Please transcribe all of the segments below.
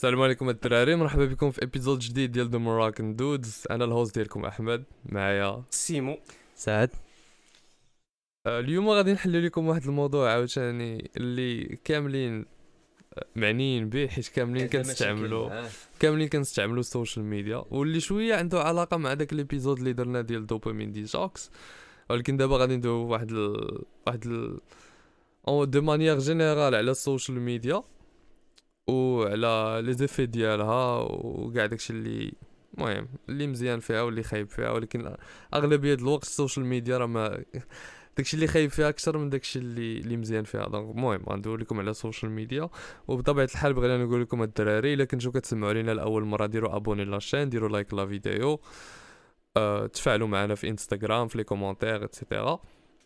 السلام عليكم الدراري، مرحبا بكم في ابيزود جديد ديال ذا موراكن دودز. انا الهوست ديالكم احمد، معايا سيمو. سعد. اليوم غادي نحل لكم واحد الموضوع عاوتاني اللي كاملين معنيين به، حيت كاملين كنستعملوا السوشيال ميديا، واللي شويه عنده علاقه مع داك الابيزود اللي درنا ديال دوبامين ديتوكس. ولكن دابا غادي ندويو او دو مانيير جينيرال على السوشيال ميديا وعلى لي زيفي ديالها وكاع داكشي اللي المهم اللي مزيان فيها واللي خايب فيها. ولكن اغلبيه الوقت السوشيال ميديا راه ما داكشي اللي خايب فيها اكثر من داكشي اللي مزيان فيها. دونك المهم غندوي لكم على السوشيال ميديا، وبطبيعه الحال بغينا نقول لكم الدراري الا كنتو كتسمعوا لينا لاول مره ديروا ابوني لاشين، ديروا لايك لا فيديو، تفاعلوا معنا في انستغرام في لي كومونتير ايتترا.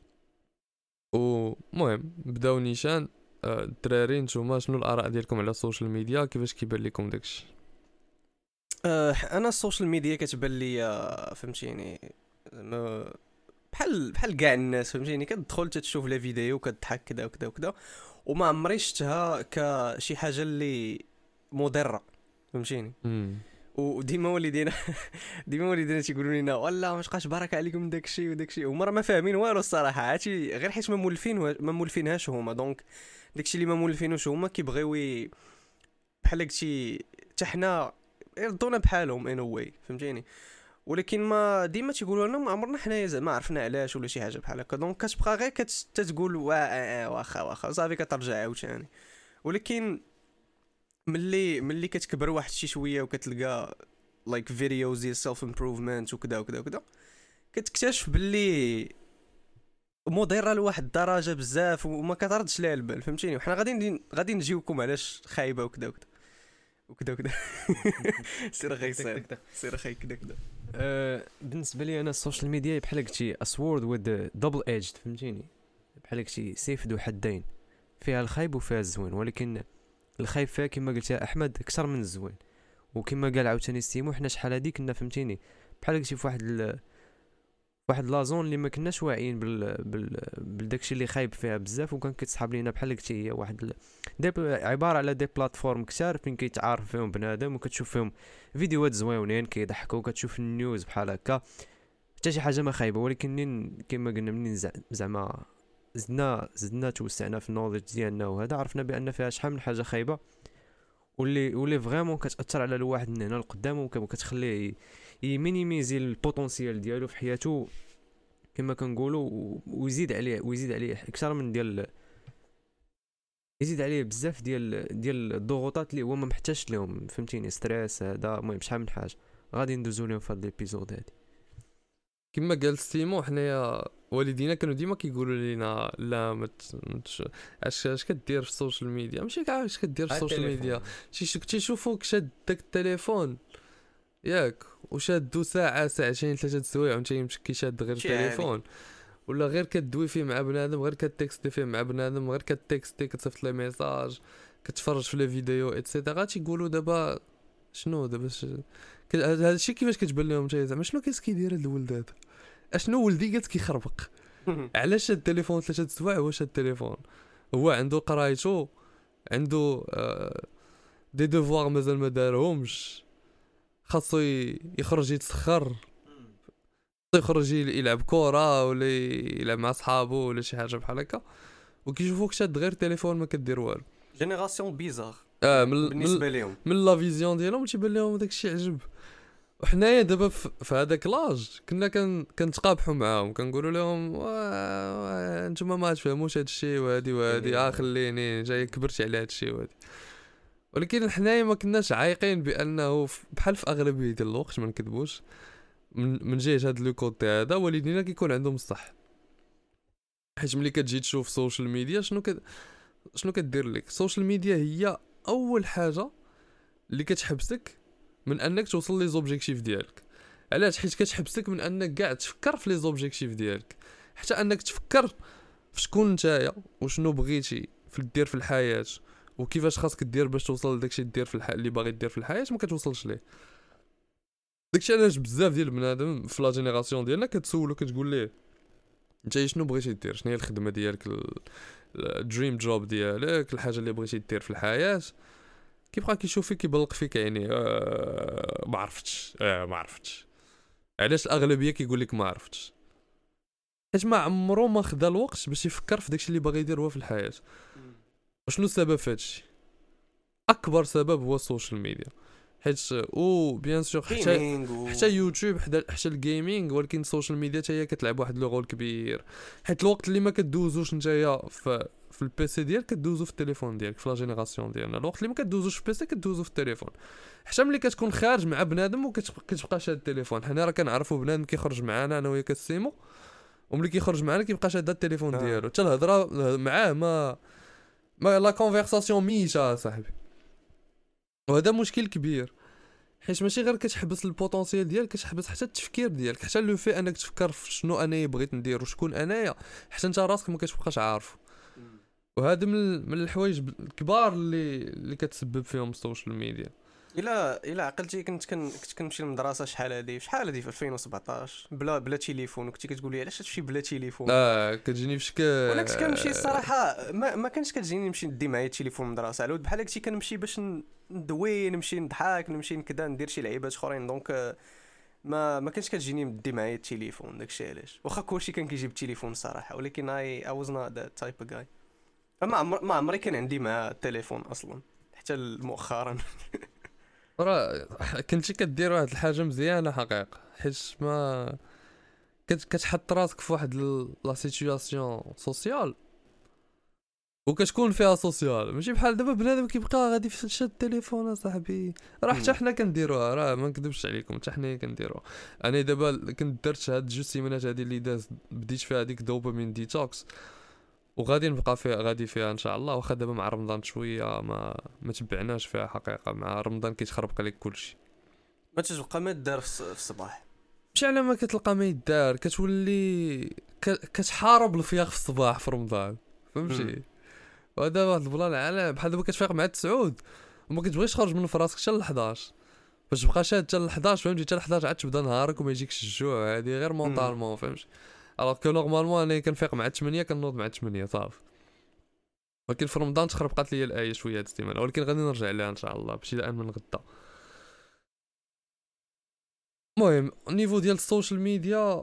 ومهم بداو نيشان. الدراري نتوما شنو الاراء ديالكم على السوشيال ميديا؟ كيفاش كيبان لكم داكشي؟ انا السوشيال ميديا كتبان لي فهمتيني بحال كاع الناس، فهمتيني، كتدخل تشوف لي فيديو كتضحك كذا وكذا وكذا، وما عمري شفتها كشي حاجه اللي مضره، فهمتيني. وديما والدينا ديما والدينا تيقولوا لنا والله ما بقاش بركه عليكم داكشي وداكشي، هما راه ما فاهمين والو الصراحه، عرفتي، غير حيت ما مولفينهاش هما. دونك داكشي اللي ما مولفينوش هما كيبغيو بحال قلتي حتى حنا يردونا بحالهم ان واي، فهمتيني. ولكن ما ديما تيقولوا لنا ما عمرنا حنايا زعما عرفنا علاش ولا شي حاجه بحال هكا. دونك كتبقى غير كتقول واخا صافي كترجع عاوتاني. ولكن ملي كتكبر واحد شي شويه وكتلقى لايك فيديوز ديال سيلف امبروفمنت وكذا وكذا وكذا، كتكتشف باللي مضره لواحد الدرجه بزاف وما كتردش ليها البال، فهمتيني. وحنا غادي نجيوكم علاش خايبه وكذا وكذا وكذا وكذا. سير اخي كذا كذا. بالنسبه لي انا السوشيال ميديا بحال قلتي اسورد وذ دبل ايجد، فهمتيني، بحال قلتي سيف ذو حدين، فيها الخايب وفيها الزوين. ولكن الخايب فيها كما قلت يا احمد اكثر من الزوين. وكما قال عاوتاني سيمو، حنا شحال هادي كنا فهمتيني بحال قلتي في واحد لازون اللي ما كناش واعيين بالداكشي اللي خايب فيها بزاف، وكان كتصحاب لينا بحال قلتي هي واحد عباره على دي بلاتفورم كثار فين كيتعارف فيهم بنادم وكتشوف فيهم فيديوهات زوينين كيضحكوا، كتشوف النيوز بحال هكا، حتى شي حاجه ما خايبه. ولكن كما قلنا منين زعما زدنا توسعنا في النوليدج ديالنا، وهذا عرفنا بان فيها شحال من حاجه خايبه واللي فريمون كتاثر على الواحد من هنا لقدام، وكتخليه يمينيميزي البوتونسيال ديالو في حياته كما كنقولوا، ويزيد عليه اكثر من يزيد عليه بزاف ديال الضغوطات اللي هو ما محتاجش لهم، فهمتيني، ستريس هذا. المهم شحال من حاجه غادي ندوزو لهم في هذا الابيزود هذا. كما قال سيمو، حنايا والدينا كانوا ديما كيقولوا لنا لا اش كدير في السوشيال ميديا، ماشي كاع اش كدير في السوشيال ميديا، تيشوفوك شاد داك التليفون ياك وشادو ساعه ساعتين 3 سوايع وانت يمشي كيشاد غير التليفون، ولا غير كدوي فيه مع بنادم، غير كتكستي فيه مع بنادم، غير كتكستي كتصيفط لي ميساج، كتفرج في لي فيديو ايتترا. تيقولوا دابا شنو دابا هذا الشيء كيفاش كتبان لهم حتى زعما شنو كيدير هذا الولد هذا؟ اشنو ولدي قالت كيخربق؟ علاش شاد التليفون 3 سوايع؟ هو شاد التليفون، هو عنده قرايته، عنده دي دوفوار مازال ما دارهمش، خاصو يخرج يتسخر، يخرج يلعب كره ولا يلعب مع صحابه ولا شي حاجه بحال هكا، وكيشوفوك شاد غير التليفون ما كدير والو. جينيراسيون بيزار بالنسبه لهم، من لا فيزيون ديالهم تيبان لهم داكشي عجب. وحنايا دابا في هذاك لاج كنا كنتقابحوا معاهم، كنقولوا لهم نتوما ما تفهموش هذا الشيء وهادي خليني جاي كبرت على هذا الشيء وهادي. ولكن حنايا ما كناش عايقين بانه بحال في اغلبيه ديال الوقت، ما نكذبوش، من جهه هذا لو كوتي هذا والدينا كيكون عندهم الصح. حيت ملي كتجي تشوف السوشيال ميديا شنو كدير لك؟ السوشيال ميديا هي اول حاجه اللي كتحبسك من انك توصل لي زوبجيكتيف ديالك. علاش؟ حيت كتحبسك من انك كاع تفكر في لي زوبجيكتيف ديالك، حتى انك تفكر في شكون نتايا وشنو بغيتي دير في الحياه وكيفاش خاصك دير باش توصل لداكشي دير في اللي باغي دير في الحياه، ما كتوصلش ليه. داكشي علاش بزاف ديال بنادم في لا جينيراسيون ديالنا كتسولو كتقول ليه انت شنو بغيتي دير، شنو هي الخدمه ديالك، الدريم جوب ديالك، الحاجه اللي بغيتي دير في الحياه. كيبقى كيشوف فيك كيبلق فيك يعني ما عرفتش علاش الاغلبيه كيقول لك ما عرفتش حيت ما عمرو ما خدا الوقت باش يفكر في داكشي اللي باغي يدير هو في الحياه. وشنو السبب في هادشي؟ اكبر سبب هو السوشيال ميديا، حيت بيان سور حتى يوتيوب حتى الجيمنج، ولكن السوشيال ميديا حتى هي كتلعب واحد لو رول كبير، حيت الوقت اللي ما كدوزوش نتايا في البيسي ديالك كدوزو في التليفون ديالك. في لا جينيراسيون ديالنا الوقت اللي ما كدوزوش في البيسي كدوزو في التليفون، حتى ملي كتكون خارج مع بنادم وكتبقى شاد التليفون. حنا راه كنعرفوا بنادم كيخرج معانا انا وياه كسيمو، وملي كيخرج معانا كيبقى شاد التليفون ديالو حتى الهضره معاه ما لا كونفرساسيون ميشا صاحبي. وهذا مشكل كبير، حيت ماشي غير كتحبس البوتونسيال ديالك، كتحبس حتى التفكير ديالك، حتى لو في انك تفكر في شنو انا بغيت ندير وشكون انايا، حتى انت راسك ما كتبقاش عارف. وهذا من الحوايج الكبار اللي كتسبب فيهم السوشيال ميديا. الا عقلتي كنت كنمشي للمدرسه شحال هادي في 2017 بلا تليفون، وكنتي كتقول لي علاش تمشي بلا تليفون؟ كتجيني فشك. وانا كنت كنمشي الصراحه ما كانش كتجيني نمشي ندي معايا التليفون للمدرسه، على ود بحال هكشي كنمشي باش ندوي، نمشي نضحك، نمشي نكدا ندير شي لعيبات اخرين. دونك ما كانش كتجيني ندي معايا التليفون، داكشي علاش. واخا كلشي كان كيجيب التليفون الصراحه، ولكن اي واز نوت ذات تايب اوف جاي. ما عمري كان عندي مع التليفون اصلا حتى مؤخرا. راه كنتي كدير واحد الحاجه مزيانه حقيقه، حيت ما كتحط راسك في واحد لا سيتوياسيون سوسيال وكتكون فيها سوسيال، ماشي بحال دابا بنادم كيبقى غادي في شاد التليفون صاحبي. راه حتى حنا كنديروها، راه ما نكذبش عليكم، حتى حنا كنديروها. انا دابا كنت درت هاد 2 سيمانات هادي اللي داز بديت فيها هذيك دوبامين ديتوكس، وغادي نبقى فيها غادي فيها ان شاء الله. واخا دابا مع رمضان شويه ما تبعناش فيها حقيقه، مع رمضان كيتخربق عليك كلشي، ما تتبقى ما دار في الصباح. ماشي على ما كتلقى ما يدار، كتولي كتحارب الفياق في الصباح في رمضان، فهمتي؟ وهذا واحد البلان على بحال دابا كتفيق مع 9 وما كتبغيش تخرج من فراسك حتى ل 11 باش تبقى شاد حتى ل 11، فهمتي؟ حتى ل 11 عاد تبدا نهارك وما يجيكش الجوع، هذه غير مونطالمون، فهمتي؟ الوغ كو نورمالمون انا كنفيق مع 8 كنوض مع 8 صافي. ولكن في رمضان تخربقات ليا الايه شويه هاد السيمانه، ولكن غادي نرجع لها ان شاء الله ابتداء من غدا. المهم النيفو ديال السوشيال ميديا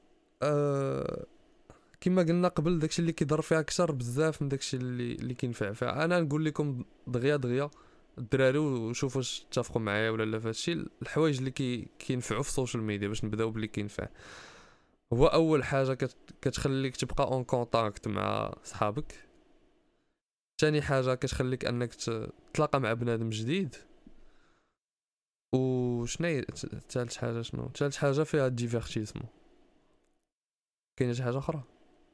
كما قلنا قبل، داكشي اللي كيضر فيها اكثر بزاف من داكشي اللي كينفع فيها. انا نقول لكم دغيا الدراري وشوفوا واش تتفقوا معايا ولا لا. فهادشي الحوايج اللي كينفعوا في السوشيال ميديا باش نبداو باللي كينفع، هو اول حاجه كتخليك تبقى اون كونتاكت مع صحابك. ثاني حاجه كتخليك انك تتلاقى مع بنادم جديد. وشنو ثالث حاجه؟ ثالث حاجه فيها ديفيرتيسمون. كاينه شي حاجه اخرى؟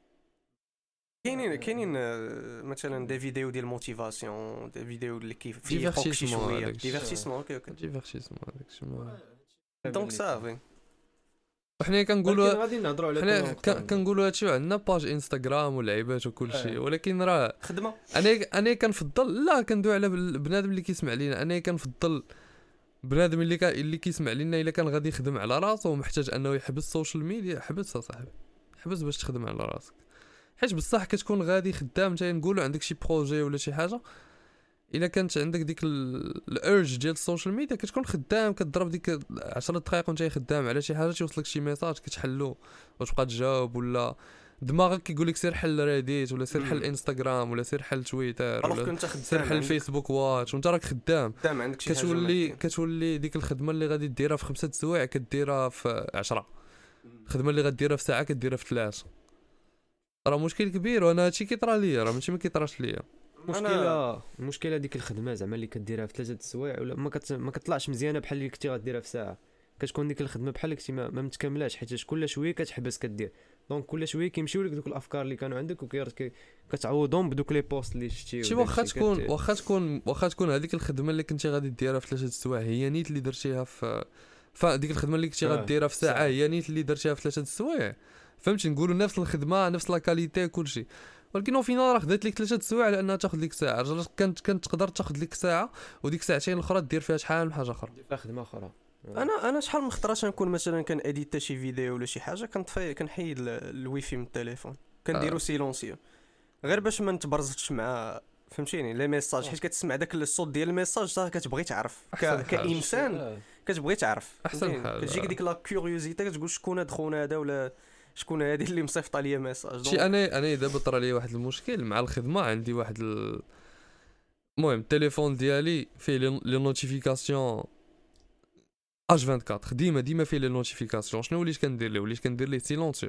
كاينين مثلا دي فيديو ديال موتيفاسيون، دي فيديو اللي كيف فيه فوق شي شويه ديفيرتيسمون. اوكي ديفيرتيسمون داكشي دونك صافي. حنا كنقولوا غادي نهضروا على حنا كنقولوا هادشي عندنا باج انستغرام ولعيبات وكل شيء، ولكن راه خدمه. انا كنفضل لا كندوي على بنادم اللي كيسمع لينا. انا كنفضل بنادم اللي كيسمع لينا الا كان غادي يخدم على راسو ومحتاج انه يحبس السوشيال ميديا، حبسها صاحبي، حبس باش تخدم على راسك. حيت بصح كتكون غادي خدام حتى نقولوا عندك شي بروجي ولا شي حاجه، الا كانت عندك ديك الارج ديال السوشيال ميديا كتكون خدام، كتضرب ديك 10 دقائق وانت خدام على شي حاجه، توصلك شي ميساج كتحلو وتبقى تجاوب، ولا دماغك كيقول لك سير حل ريديت ولا سير حل انستغرام ولا سير حل تويتر ولا سير حل فيسبوك واتش، وانت راك خدام عندك شي حاجه. كتولي ديك الخدمه اللي غادي ديرها في 5 سوايع كديرها في 10، الخدمه اللي غديرها في ساعه كديرها في 3. راه مشكل كبير، وانا هادشي كيطرا ليا، راه ماشي ما كيطراش ليا. المشكله ديك الخدمه زعما اللي كديرها في 3 سوايع ولا ما كطلعش مزيانه بحال اللي كنتي غديرها في ساعه. كتكون ديك الخدمه بحال كنتي ما متكاملاش، حيت كل شويه كتحبس كدير. دونك كل شويه كيمشيو لك دوك الافكار اللي كانوا عندك وكتعوضهم بدوك لي بوست اللي شتي. شي واخا تكون هذيك الخدمه اللي كنتي غادي ديرها في 3 سوايع هي نيت اللي درتيها في ديك الخدمه اللي كنتي غديرها في ساعه هي نيت اللي درتيها في 3 سوايع، فهمتي؟ نقولوا نفس الخدمه نفس لا كاليتي كلشي، ولكن فينا راه خدات لك 3 سوايع على انها تاخذ لك ساعه. كانت تقدر تاخذ لك ساعه وديك ساعتين الاخرى دير فيها شحال من حاجه اخرى، دير فيها خدمه اخرى. انا شحال من خطره نكون مثلا كان اديتا شي فيديو ولا شي حاجه كنحيد الويفي من التليفون، كنديرو سيلونسيو غير باش ما نتبرزتش مع فهمتيني لي ميساج حيت كتسمع داك الصوت ديال الميساج صافي كتبغي تعرف أحسن حاجة. كانسان كتبغي تعرف أحسن فهمتيني؟ حاجة. كتجيك ديك لا كيوريوزيتي كتقول شكون هاد خونا هذا ولا شكون هادي اللي مصيفطه ليا ميساج شي انا دابا طرا لي واحد المشكل مع الخدمه. عندي واحد المهم التليفون ديالي فيه لي نوتيفيكاسيون اش 24 ديما فيه لي نوتيفيكاسيون. شنو وليت كندير ليه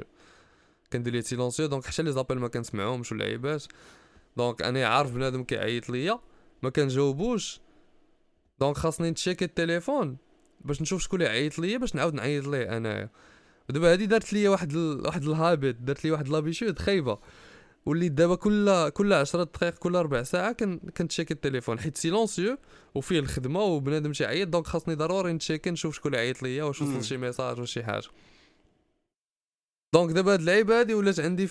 سيلونسيو دونك حتى لي زابيل ما كنسمعهمش ولا عيبات. دونك انا عارف بنادم كيعيط ليا ما كنجاوبوش، دونك خاصني نتشيكي التليفون باش نشوف شكون اللي عيط ليا باش نعاود نعيط ليه انايا. ودابا هادي دارت ليا واحد الهابيت، دارت لي واحد لابيتود خايبه. وليت دابا كل 10 دقائق كل 4 ساعه كنتشيكي التليفون حيت سيلونسيو وفيه الخدمه وبنادم تيعيط، دونك خاصني ضروري نتشيكي نشوف شكون اللي عيط ليا واش وصل شي ميساج ولا شي حاجه. دونك دابا هاد اللعيبه هادي ولات عندي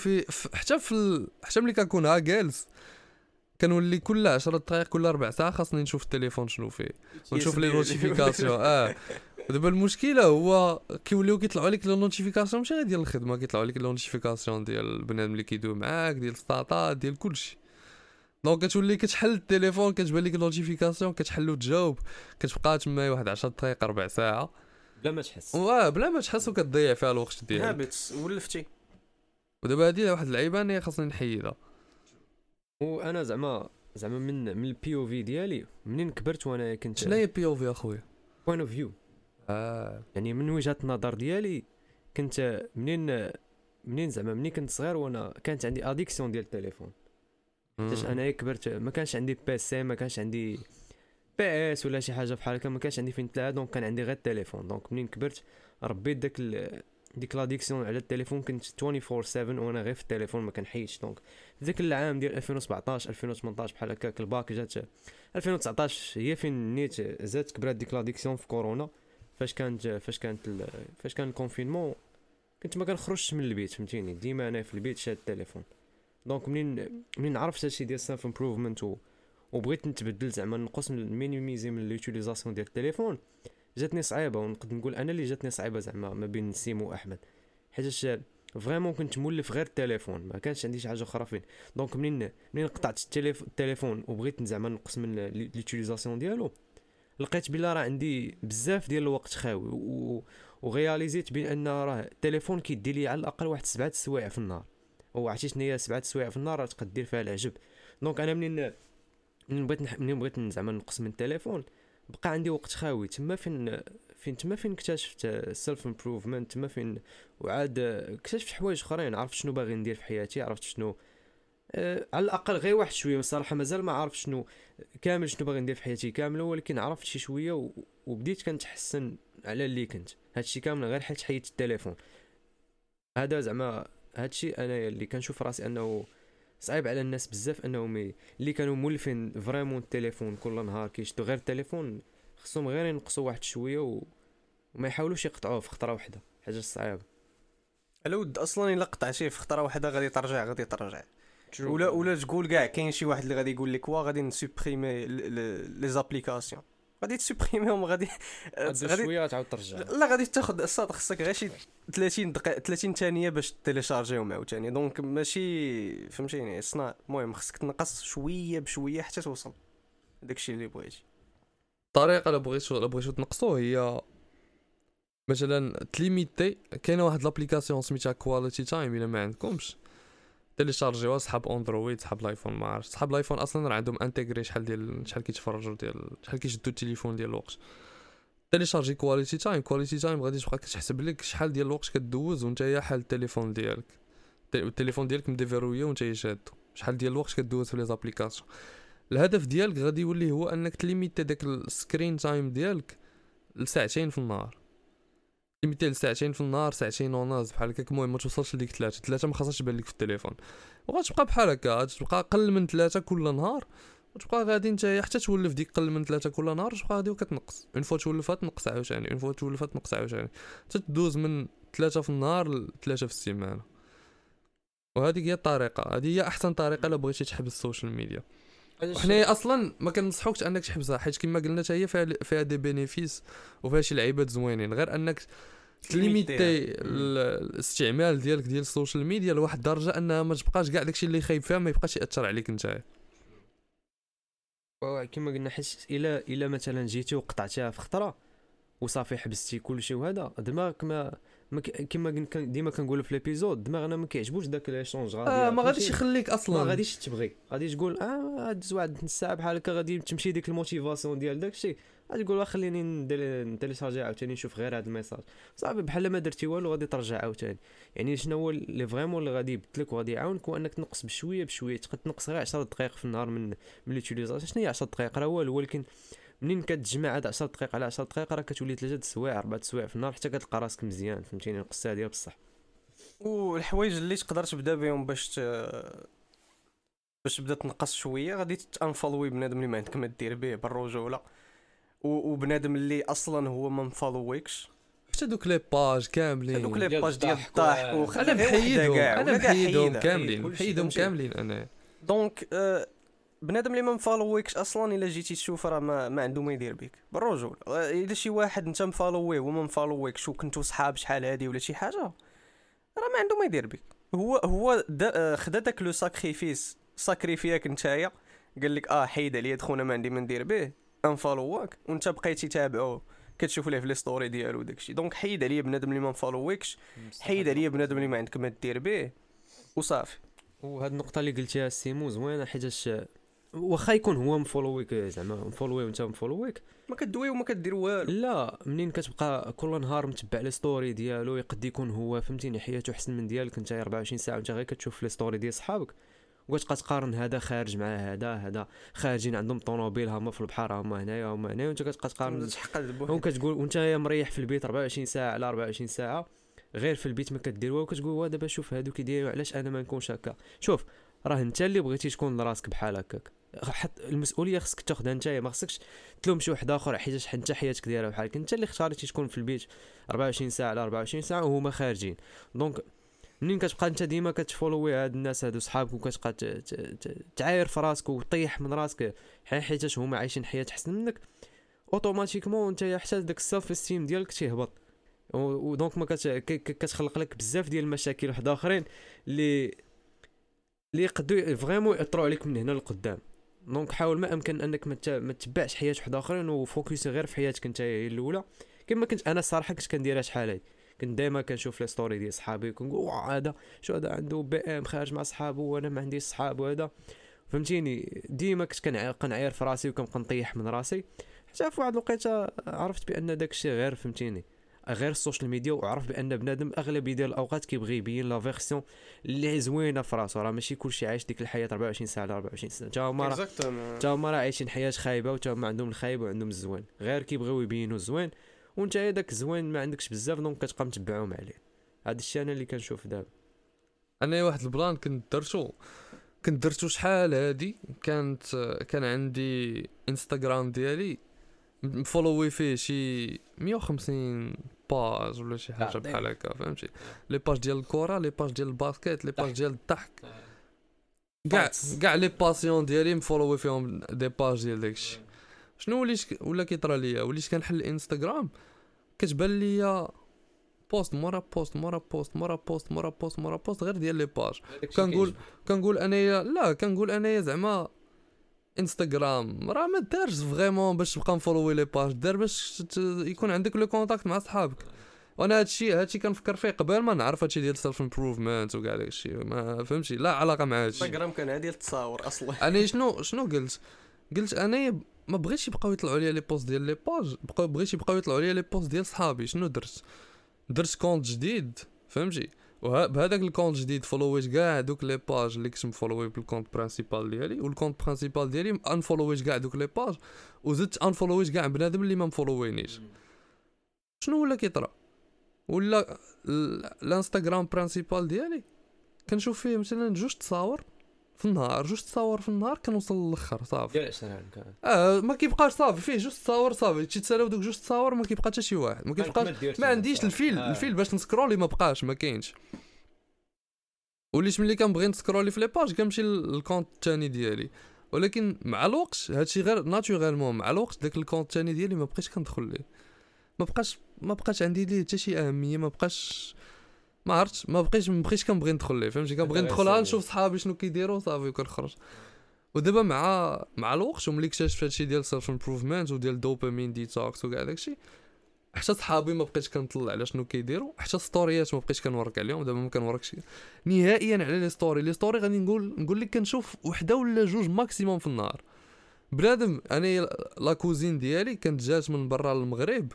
حتى ملي كنكون ها جالس كنولي كل 10 دقائق كل 4 ساعه خاصني نشوف التليفون شنو فيه ونشوف لي نوتيفيكاسيون. ودابا المشكله هو كيوليو كيطلعوا لك لي نوتيفيكاسيون ماشي غير ديال الخدمه، كيطلعوا لك لي نوتيفيكاسيون ديال البنادم اللي كيدوي معاك، ديال السطاطات، ديال كلشي. دونك كتولي كتحل التليفون كتبان لك نوتيفيكاسيون كتحل وتجاوب، كتبقى تما واحد 10 دقائق 4 ساعه بلا ما تحس بلا ما تحس وكتضيع فيها الوقت ديالك. هابط ولفتي. ودابا هادي واحد اللعيبه انا خاصني نحيدها. وانا زعما من البي او في ديالي منين كبرت وانا كنت شنو هي بي او في اخويا؟ بوين اوف فيو. يعني من وجهة النظر ديالي كنت منين زعما منين كنت صغير وانا كانت عندي اديكسيون ديال التليفون. حيت انا كبرت ما كانش عندي بي سي، ما كانش عندي بي اس ولا شي حاجه بحال هكا، ما كانش عندي فين نتلاعب، دونك كان عندي غير التليفون. دونك منين كبرت ربيت ديك لاديكسيون على التليفون، كنت 24/7 وانا غير في التليفون ما كنحيدش. دونك في ذاك العام ديال 2017 2018 بحال هكاك الباك جات 2019 هي فين نيت زادت كبرات ديك لاديكسيون في كورونا. فاش كان الكونفينمون كنت ما كنخرجش من البيت فهمتيني، ديما انا في البيت شاد التليفون. دونك منين عرفت هادشي ديال سيلف امبروفمنت وبغيت نتبدل زعما نقص من المينيميزي من ليوتيليزاسيون ديال التليفون، جاتني صعيبه. ونقدر نقول انا اللي جاتني صعيبه زعما ما بين نسيم واحمد، حيتاش فريمون كنت مولف غير التليفون، ما كانش عندي شي حاجه اخرى فين. دونك منين قطعت التليفون وبغيت زعما نقص من ليوتيليزاسيون ديالو، لقيت بلا راه عندي بزاف ديال الوقت خاوي وغياليزيت بان راه التليفون كيدي لي على الاقل واحد 7 سوايع في النهار. وعرفتي شنو هي 7 سوايع في النهار؟ راه تقدر دير فيها العجب. دونك انا منين بغيت زعما نقص من التليفون بقى عندي وقت خاوي تما فين اكتشفت سيلف امبروفمنت، تما فين وعاد اكتشفت حوايج اخرين، عرفت شنو باغي ندير في حياتي، عرفت شنو على الاقل غير واحد شويه. الصراحه مازال ما عرفت شنو باغي ندير في حياتي كامله، ولكن عرفت شي شويه وبديت كنتحسن على اللي كنت. هادشي كامل غير حيت التليفون هذا. زعما هادشي انا اللي كنشوف راسي انه صعيب على الناس بزاف انهم اللي كانوا مولفين فريمون التليفون كل نهار كيشدوا غير التليفون، خصهم غير ينقصوا واحد شويه وما يحاولوش يقطعوه في خطره واحده، حاجه صعيبه. الود اصلا الا قطعتيه في خطره واحده غادي ترجع ولا تقول كاع كاين شي واحد اللي غادي يقول لك غادي نسوبريمي لي زابليكاسيون، غادي تسوبريميهم غادي شويه تعاود ترجع. لا غادي تاخذ الصاد، خصك غير شي 30 دقيقه 30 ثانيه باش تيليشارجيهم عاوتاني. دونك ماشي فهمتيني صناع. المهم خصك تنقص شويه بشويه حتى توصل داكشي اللي بغيتي. الطريقه اللي بغيتو تنقصوه هي مثلا تليميتي. كاينه واحد لابليكاسيون سميتها كواليتي تايم، الا ما عندكمش تيليشارجيوها صحاب اندرويد صحاب الايفون. ما عرفت صحاب الايفون اصلا راه عندهم انتيغري شحال كيتفرجوا شحال كيشدوا التليفون ديال الوقت. تيليشارجي كواليتي تايم غادي تبقى كتحسب لك شحال ديال الوقت كدوز وانت حال التليفون ديالك مديفيرويه وانت شادو، شحال ديال الوقت كدوز في لي زابليكاسيون. الهدف ديالك غادي يولي هو انك تليميتي داك السكرين تايم ديالك لساعتين في النهار. ليميتي لساعتين في النهار، ساعتين ونص بحال هكاك. المهم ما توصلش لديك 3 ما خاصهاش تبان لك في التليفون، وغتبقى بحال هكا غتبقى اقل من 3 كل نهار، وتبقى غادي نتا حتى تولف ديك قل من 3 كل نهار، وتبقى غادي وكتنقص. اون فوا تولفات تنقص عاوتاني، اون فوا تولفات تنقص عاوتاني، حتى تدوز من 3 في النهار ل 3 في السيمانه. وهذه هي الطريقه، هذه هي احسن طريقه الا بغيتي تحبس السوشيال ميديا. وحنا اصلا ما كننصحوكش انك تحبسها، حيت كما قلنا حتى هي فيها دي بينيفيس وفيها شي لعيبات زوينين، غير انك تليميتي الاستعمال ديالك ديال السوشيال ميديا لواحد الدرجه انها ما تبقاش كاع داكشي اللي خايب فيها ما يبقاش ياثر عليك نتايا. كما قلنا حيت الا مثلا جيتي وقطعتيها في خطره وصافي حبستي كلشي وهذا دماغك كما ديما كنقولوا في ليبيزود دماغنا ما كيعجبوش داك ليشونج غادي ما غاديش يخليك اصلا، ما غاديش تبغي، غادي تقول دوز واحد نص ساعه بحال هكا غادي تمشي ديك الموتيفاسيون ديال داكشي، غادي تقول خليني نتيليشارجي عاوتاني نشوف غير هذا الميساج صافي بحال ما درتي والو غادي ترجع عاوتاني. يعني شنو هو اللي فريمون اللي غادي يبدلك وغادي يعاونك هو انك تنقص بشويه تقد تنقص غير 10 دقائق في النهار من ليوتيليزاسيون. شنو هي 10 دقائق راه والو، ولكن منين كتجمع هاد 10 دقائق على 10 دقائق راه كتولي 3 السوايع 4 السوايع في النهار حتى كتلقى راسك مزيان فهمتيني نقصتها ديال بصح. والحوايج اللي تقدر تبدا بهم باش تبدا تنقص شويه غادي تانفولوي بنادم اللي ما عندك ما دير به بالرجوله وبنادم اللي اصلا هو ما مفولويكش حتى دوك لي باج كاملين دوك لي باج ديال الضحك انا محيدهم كاملين انا دونك بنادم اللي ما مفالويكش اصلا الا جيتي تشوف راه ما عنده ما يدير بك بالرجول. الا شي واحد انت مفالويه وما مفالويكش وكنتو صحاب شحال هادي ولا شي حاجه راه ما عنده ما يدير بك. هو خدا داك لو ساكريفياك نتايا قال لك حيد عليا خونا ما عندي ما ندير به انفالوواك وانت بقيتي تابعو كتشوف ليه في لي ستوري ديالو داكشي. دونك حيد عليا بنادم اللي ما مفالويكش، حيد عليا بنادم اللي ما عندك ما دير به وصافي. وهاد النقطه اللي قلتيها سيمو زوينه حيتاش واخا يكون هو مفولويك زعما مفولوي وانت مفولويك ما كدوي وما كدير والو. لا منين كتبقى كل نهار متبع لي ستوري ديالو يقد يكون هو فهمتيني حياته احسن من ديالك انت 24 ساعه وانت غير كتشوف لي ستوري ديال صحابك وكتبقى تقارن هذا خارج مع هذا خارجين عندهم طوموبيل هما في البحر هما هنايا وانت كتبقى تقارن وكتقول وانت مريح في البيت 24 ساعه على 24 ساعه غير في البيت ما كدير والو كتقول دابا شوف هادو كيديروا علاش انا ما نكونش هكا. شوف راه انت اللي بغيتي تكون لراسك بحال هكاك حتى المسؤوليه خصك تاخذها نتايا ما خصكش تلوم شي واحد اخر حيت انت حياتك دايره بحالك انت اللي اختاريتي تكون في البيت 24 ساعه على 24 ساعه وهما خارجين. دونك منين كتبقى انت ديما كتفولوي هاد الناس هادو صحابك وكتبقى تعاير في راسك وطيح من راسك حيت هما عايشين حياه احسن منك اوتوماتيكمون انت حتى داك السيلف استيم ديالك تيهبط ودونك ما كتخلق لك بزاف ديال المشاكل واحد اخرين اللي يقدروا فريمون ياثروا عليك من هنا لقدام. دونك حاول ما امكن انك ما تتبعش حياه واحد اخرين وفوكسي غير في حياتك انت هي الاولى كما كنت انا الصراحه كنت كنديرها شحال هادي كنت دائما كنشوف لي ستوري ديال صحابي وكنقول هذا شو هذا عنده بي ام خارج مع صحابه وانا ما عنديش صحاب وهذا فهمتيني ديما كنت كنعاير في راسي وكنبقى نطيح من راسي حتى في واحد الوقيته عرفت بان داك الشيء غير فهمتيني غير السوشيال ميديا وعرف بان بنادم اغلبيه ديال الاوقات كيبغي يبين لا فيرسيون اللي زوينه في راسو راه ماشي كلشي عايش ديك الحياه 24 ساعه على 24 ساعه تا هما راه عايشين حياه خايبه وتا هما عندهم الخايب وعندهم الزوين غير كيبغيو يبينوا الزوين وانت داك الزوين ما عندكش بزاف دونك كتبقى متبعهم عليه. هذا الشيء انا اللي كنشوف دابا. انا واحد البلان كنت درتو شحال هادي كان عندي انستغرام ديالي مفولوي فيه شي 150 باج ولا شي حاجه بحال هكا فهمتي لي باج ديال الكره لي باج ديال الباسكيت لي باج ديال الضحك كاع لي باسيون ديالي مفولوي فيهم دي باج ديال داكشي. شنو ولا كيطرى ليا وليت كنحل الانستغرام كتبان ليا بوست مورا بوست مورا بوست مورا بوست مورا بوست مورا بوست غير ديال لي باج كنقول انايا لا كنقول انايا زعما انستغرام راه ما دارش فريمون باش تبقى مفولوي لي باج دار باش يكون عندك لو كونتاكت مع صحابك. وانا هادشي كنفكر فيه قبل ما نعرف هادشي ديال سيلف امبروفمنت وكاع داكشي ما فهمتي لا علاقه مع هادشي. انستغرام كان عادي التصاور اصلا. انا شنو قلت انا ما بغيتش يبقاو يطلعوا لي بوست ديال لي باج بغيت يبقاو يطلعوا لي بوست ديال صحابي. شنو درت كونت جديد فهمتي بهذاك الكونت جديد فولويت كاع دوك لي باج اللي كنت مفولوي بالكونت برينسيپال ديالي والكونت برينسيپال ديالي انفولويت كاع دوك لي باج وزدت انفولويت كاع بنادم اللي ما مفولوينيش. شنو ولا كيطرا ولا الانستغرام برينسيپال ديالي كنشوف فيه مثلا جوج تصاور في النهار كنوصل للاخر صافي ديال 20 ما كيبقاش صافي فيه جوج تصاور صافي تيتسالاو دوك جوج تصاور ما كيبقى حتى شي واحد ما كيبقاش ما عنديش الفيل باش نسكرولي ما بقاش ما كاينش. وليت ملي كنبغي نسكرولي في لي باج كنمشي للكونت الثاني ديالي ولكن مع الوقت هادشي غير ناتورالمون مع الوقت داك الكونت الثاني ديالي ما بقيتش كندخل ليه ما بقاش عندي ليه حتى شي اهميه ما بقاش ما عرفتش ما بقيتش كنبغي ندخل ليه فهمتي كنبغي ندخل نشوف صحابي شنو كيديروا صافي وكنخرج ودابا مع الوقت وملي اكتشفت هادشي ديال سيلف امبروفمنت وديال دوبامين ديتوكس وكاع داكشي، حتى صحابي ما بقيتش كنطلع على شنو كيديروا، حتى ستوريات ما بقيتش كنورك عليهم. دابا ما كنوركش نهائيا على لي ستوري غادي نقول لك كنشوف وحده ولا جوج ماكسيموم في النهار. بنادم انا لا كوزين ديالي كانت جات من برا المغرب،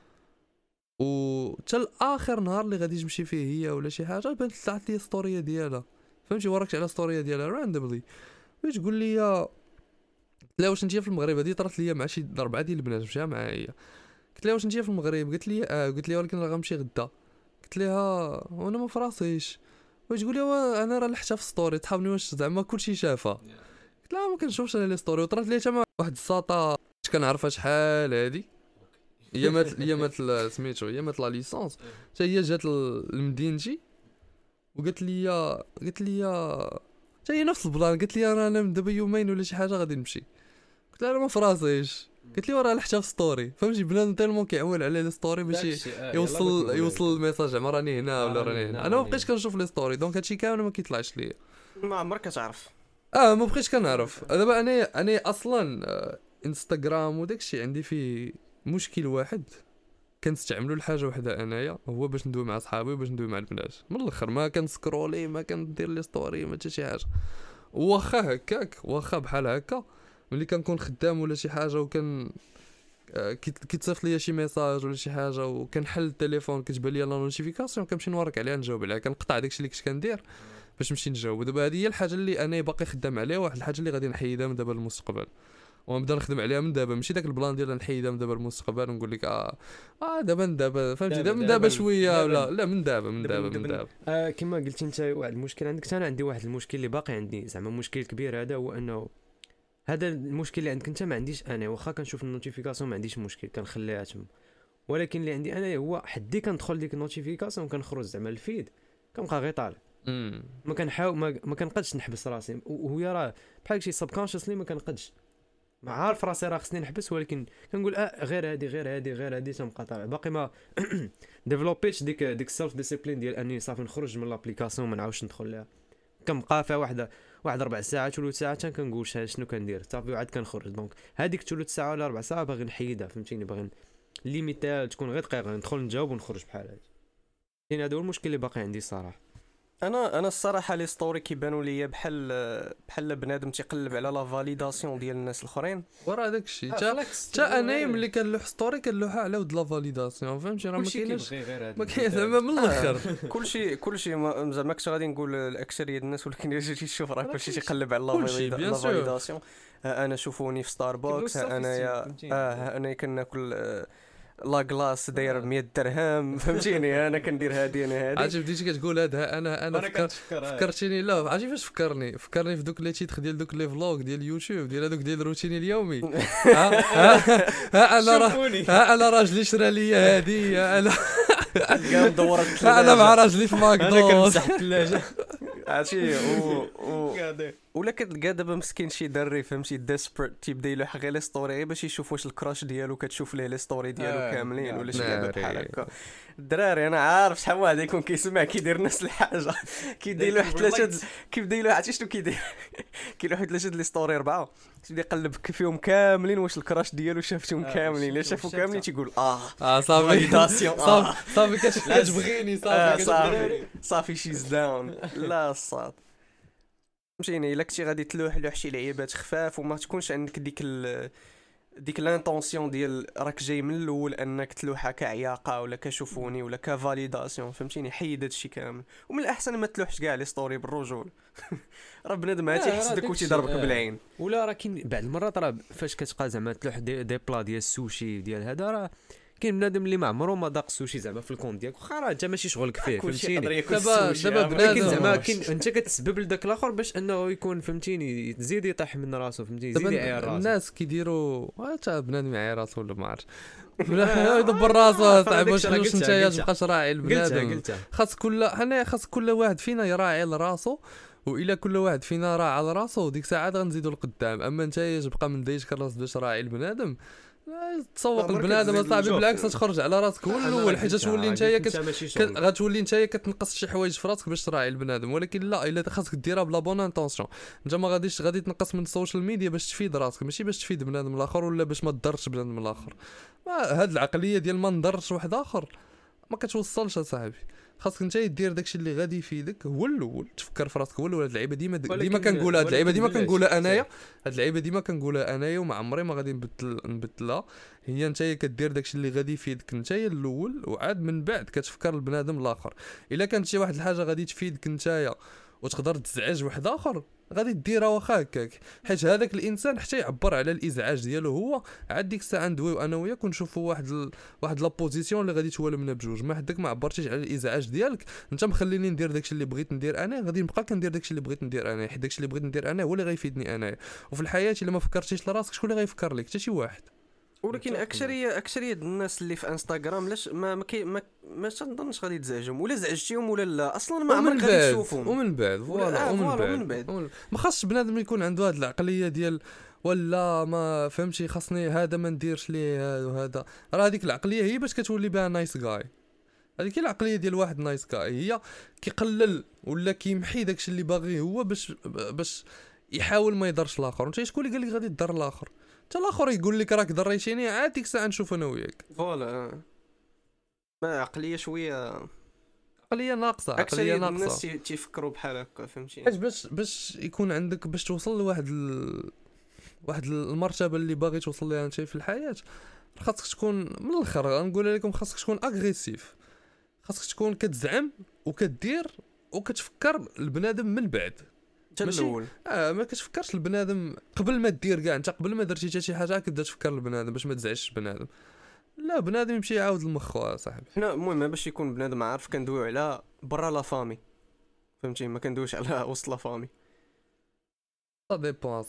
و حتى الاخر نهار اللي غادي تمشي فيه هي ولا شي حاجه بانت طلعت لي ستوريه ديالها، فهمتي، وركت على ستوريه ديالها راندوملي باش تقول لي لا واش انت في المغرب. هذه طرات لي مع شي 4 ديال البنات مشى معايا، قلت لها واش انت في المغرب، قلت لي قلت لي ولكن راه غنمشي غدا، قلت لها وانا ما فراسيش، واش تقول لي انا راه لحتها في ستوري تحاولني واش زعما كلشي شافها، قلت لها ما كنشوفش انا لي ستوري. وطرات لي حتى واحد الساطا كنعرفها شحال هادي، هي مات سميتو هي مات لا ليسونس، حتى هي جات لمدينتي وقالت لي حتى هي نفس البلان، قالت لي انا من دابا يومين ولا شي حاجه غادي نمشي، قلت لها انا ما فراسيش، قلت لي وراه لحتها في ستوري، فهمتي بنادم تيلمون كيعول على لي ستوري باش يوصل الميساج زعما راني هنا ولا راني هنا. انا ما بقيتش كنشوف لي ستوري، دونك هادشي كامل ما كيطلعش ليا، ما عمرك كتعرف. ما بقيتش كنعرف. دابا انا اصلا انستغرام وداكشي عندي فيه مشكل واحد، كنستعملوا لحاجه وحده انايا، هو باش ندوي مع صحابي وباش ندوي مع البنات من الاخر، ما كنسكرولي ما كندير لي ستوري ما حتى شي حاجه. واخا هكاك واخا بحال هكا ملي كنكون خدام ولا شي حاجه وكان كيتصيفط ليا شي ميساج ولا شي حاجه وكنحل التليفون كتبان ليا لا نوتيفيكاسيون كنمشي نورك عليها نجاوب عليها، كنقطع داكشي اللي كنت كندير باش نمشي نجاوب. دابا هذه هي الحاجه اللي انا باقي خدام عليها، واحد الحاجه اللي غادي نحيدها من دابا للمستقبل ونبدا نخدم عليها من دابا، ماشي داك البلان ديال نحيدها من دابا للمستقبل ونقول لك دابا فهمتي دابا شويه ولا لا من دابا. كما قلتي انت واحد المشكل عندك، انا عندي واحد المشكل اللي باقي عندي زعما مشكل كبير، هذا هو انه هذا المشكل اللي عندك انت ما عنديش انا، واخا كنشوف النوتيفيكاسيون ما عنديش مشكل كنخليها تما، ولكن اللي عندي انا هو حدي كندخل ديك النوتيفيكاسيون كنخرج زعما الفيد كنبقى غير طالع، ما كنحاول ما كنقدش نحبس راسي، وهي راه بحال شي سبكونشسلي ما كنقدش، ما عارف راسي راه خصني نحبس، ولكن كنقول غير هادي تنبقى طالع، باقي ما ديفلوبيتش ديك سيلف ديسيبلين ديال اني صافي نخرج من لابليكاسيون ما نعاودش ندخل لها، كنبقى فيها واحد 4 ساعات ثلث ساعه كنقول شنو كندير صافي وعاد كنخرج. دونك هذيك ثلث ساعه ولا 4 ساعات باغي نحيدها، فهمتيني، باغي ليميتها تكون غير دقيقه ندخل نجاوب ونخرج بحال هكا. يعني هذا هو المشكل اللي باقي عندي صراحه. انا الصراحه لي ستوري كيبانوا ليا بحال بنادم تيقلب على لا فاليداسيون ديال الناس الاخرين، وراه داكشي حتى انا ملي كنلوح ستوري كنلوحها على ود لا فاليداسيون، فهمتي، راه ما كاين زعما من الاخر كلشي زعما كنت غادي نقول الاكثريه الناس، ولكن اجي تشوف راه كلشي تيقلب على لا فاليداسيون. انا شوفوني في ستاربكس، انا كناكل لا كلاس داير 100 درهم، فهمتيني، انا كندير هادي انا هادي. عرفتي بديتي كتقول هذا انا فكرتيني، لا عرفتي فاش فكرني في دوك لي تيتر ديال دوك لي فلوغ ديال يوتيوب ديال هذوك ديال روتيني اليومي. انا راجلي شرا لي هادي، انا مع راجلي في ماكدونالدز كنمسح الثلاجه عرفتي ولا كتلقى دابا مسكين شي دري فهمتي ديسبريت تيبدا يلوح غير لي ستوري باش يشوف واش الكراش ديالو كتشوف ليه لي ستوري ديالو كاملين ولا شي لعبه بحال هكا. الدراري انا عارف شحال واحد يكون كيسمع كيدير نفس الحاجه، كيدير له ثلاثه كيبدا يلوح عرفتي شنو كيدير، كيلوح 3 لي ستوري 4 تيبدا يقلب فيهم كاملين واش الكراش ديالو شافتهم كاملين، الا شافوا كاملين تيقول صافي كتبغيني صافي شيز داون. لا الصاد فهمتيني، الا كنتي غادي تلوح شي لعيبات خفاف وما تكونش عندك ديك لانطونسيون ديال راك جاي من الاول انك تلوحها كعياقه ولا كشوفوني ولا كفاليداسيون، فهمتيني، حيد هادشي كامل. ومن الاحسن ما تلوحش كاع لي ستوري بالرجول، راه بنادم تيحسدك وتيضربك بالعين. ولا راه كاين بعض المرات راه فاش كتبقى زعما تلوح دي بلا ديال السوشي ديال هذا، راه كاين بنادم اللي ما عمره ما ذاق السوشي زعما في الكونت ديالك، واخا راه انت ماشي شغلك فيه، فهمتيني. دابا بنادم زعما كاين انت كتسبب لذاك الاخر باش انه يكون فهمتيني تزيد يطيح من راسو، فهمتيني، يزيد يعير راسو. الناس كيديروا حتى بنادم يعير راسو ولا ما عرفتش ولا يدبر راسو صاحبي، واش انت تبقاش راعي البنادم. خاص كل واحد فينا يراعي لراسو، والا كل واحد فينا راعى على راسو ديك ساعات غنزيدوا لقدام. اما انت تبقى من دايتك الراس باش راعي البنادم، تسوق عمرك البنادم تزيد صاحبي، الجوف. بالعكس تخرج على راسك هو الاول، حيت تولي نتايا غتولي نتايا كتنقص شي حوايج في راسك باش تراعي البنادم. ولكن لا، الا خاصك ديرها بلا بون انطونسيون. انت ما غادي تنقص من السوشيال ميديا باش تفيد راسك، ماشي باش تفيد بنادم الاخر ولا باش ما تضرش بنادم الاخر. هاد العقليه ديال ما نضرش واحد اخر ما كتوصلش اصاحبي. خاصك انت دير داكشي اللي غادي يفيدك هو الاول، تفكر في راسك هو الاول. هاد اللعيبه ديما كنقولها، هاد اللعيبه ديما كنقولها انايا، هاد اللعيبه ديما كنقولها انايا وما عمري ما غادي نبدلها. هي انت كدير داكشي اللي غادي يفيدك انت الاول، وعاد من بعد كتفكر البنادم الاخر. الا كانت شي واحد الحاجه غادي تفيدك انت وتقدر تزعج واحد اخر غادي ديرها واخا هكاك، حيت هذاك الانسان حتى يعبر على الازعاج ديالو هو. عاد ديك الساعه ندويو انا وياك ونشوفوا واحد لا بوزيسيون اللي غادي توالمنا بجوج. ما حدك ما عبرتيش على الازعاج ديالك، انت مخليني ندير داكشي اللي بغيت ندير انا، غادي نبقى كندير داكشي اللي بغيت ندير انا، حيت داكشي اللي بغيت ندير انا هو اللي غيفيدني انايا. وفي الحياه الا ما فكرتيش لراسك شكون اللي غيفكر لك؟ حتى شي واحد. ولكن اكثريه الناس اللي في انستغرام لاش ما تنظنش غادي تزعجهم، ولا زعجتيهم ولا لا اصلا ما عمرك غادي تشوفهم. ومن بعد ومن بعد ما خاصش بنادم يكون عنده هاد العقليه ديال ولا ما فهمتي خاصني هذا ما نديرش ليه هذا وهذا. راه هذيك العقليه هي باش كتولي بها نايس جاي. هذيك العقليه ديال واحد نايس جاي هي كيقلل ولا كيمحي داكشي اللي باغي هو باش يحاول ما يضرش الاخر. انت شكون اللي قال لك غادي تضر الاخر؟ حتى الاخر يقول لك راك ضريتيني، عاد ديك الساعه نشوف انا وياك. فوالا ما عقليه شويه، عقليه ناقصه. الناس تيفكروا بحال هكا فهمتي. باش يكون عندك باش توصل لواحد واحد المرتبه اللي باغي توصل لها انت في الحياه، خاصك تكون من الاخر غنقول لكم خاصك تكون اغريسيف. خاصك تكون كتزعم وكدير وكتفكر البنادم من بعد ماشي الاول. ما كتفكرش البنادم قبل ما دير كاع. انت قبل ما درتي حتى شي حاجه كتبدا تفكر البنادم باش ما تزعجش بنادم. لا بنادم يمشي يعاود المخ صاحبي. حنا المهم باش يكون بنادم عارف كندويو على برا لا فامي فهمتي، ما كندويوش على وسط لا فامي. سا ديبون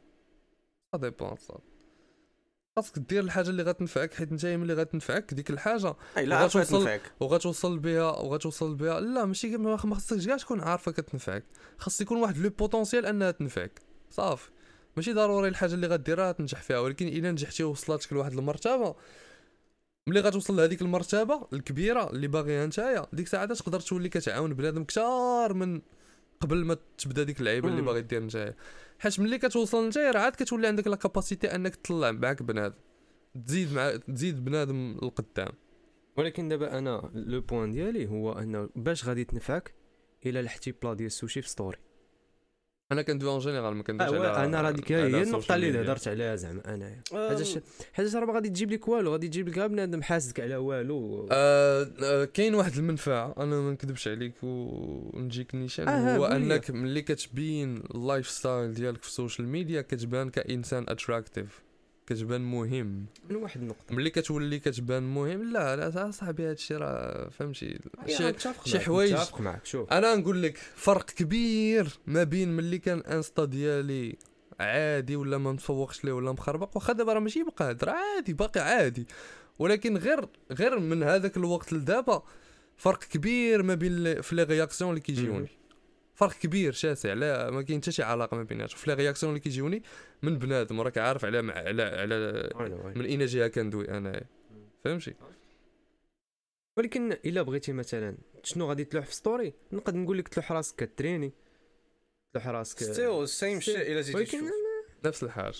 خاصك دير الحاجه اللي غتنفعك، حيت نتايا ملي غتنفعك ديك الحاجه وغتوصل بها لا ماشي ما خاصكش كاع تكون عارفه كتنفعك. خاص يكون واحد لو بوتونسيال انها تنفعك صافي. ماشي ضروري الحاجه اللي غديرها تنجح فيها، ولكن الا نجحتي ووصلتك لواحد المرتبه، ملي غتوصل لهذيك المرتبه الكبيره اللي باغيها نتايا، ديك الساعه تقدر تولي كتعاون بنادم كثار من قبل ما تبدا ديك اللعيبه اللي باغي دير نتايا. حيت ملي كتوصل نتايا راه عاد كتولي عندك لا كاباسيتي انك تطلع معاك بنادم، تزيد بنادم القدام. ولكن دابا انا لو بوين ديالي هو انه باش غادي تنفعك الا لحتي بلا ديال السوشي في ستوري. انا كندوي اون جينيرال ما كندويش على انا راه ديك هي النقطه اللي هضرت عليها زعما انايا حاجه راه ما غادي تجيب لك والو، غادي تجيب لك غير بنادم حاسدك على والو. كاين واحد المنفعه انا ما نكذبش عليك ونجيك نيشان هو انك ملي كتبين اللايف ستايل ديالك في السوشيال ميديا كتبان كانسان اتراكتيف، كتبان مهم من واحد النقطه. ملي كتولي كتبان مهم لا صاحبي هادشي راه فهمتي شي حوايج. متفق معك. شوف انا نقول لك فرق كبير ما بين ملي كان انستا ديالي عادي ولا ما مسوقش ليه ولا مخربق، واخا دابا راه ماشي بقادر عادي باقي عادي، ولكن غير من هذاك الوقت لدابا فرق كبير ما بين في لي رياكسيون اللي كيجيوني. فرق كبير شاسع، لا ما كاين حتى شي علاقه ما بيناتهم. في لي رياكسيون اللي كيجيوني من بنادم راك عارف على من اين جهه كندوي انا فهمتي. ولكن الا بغيتي مثلا شنو غادي تلوح في ستوري، نقدر نقول لك تلوح راسك كتريني، تلوح راسك ستيل سيم شيء الى زيد تشوف نفس الحاجه.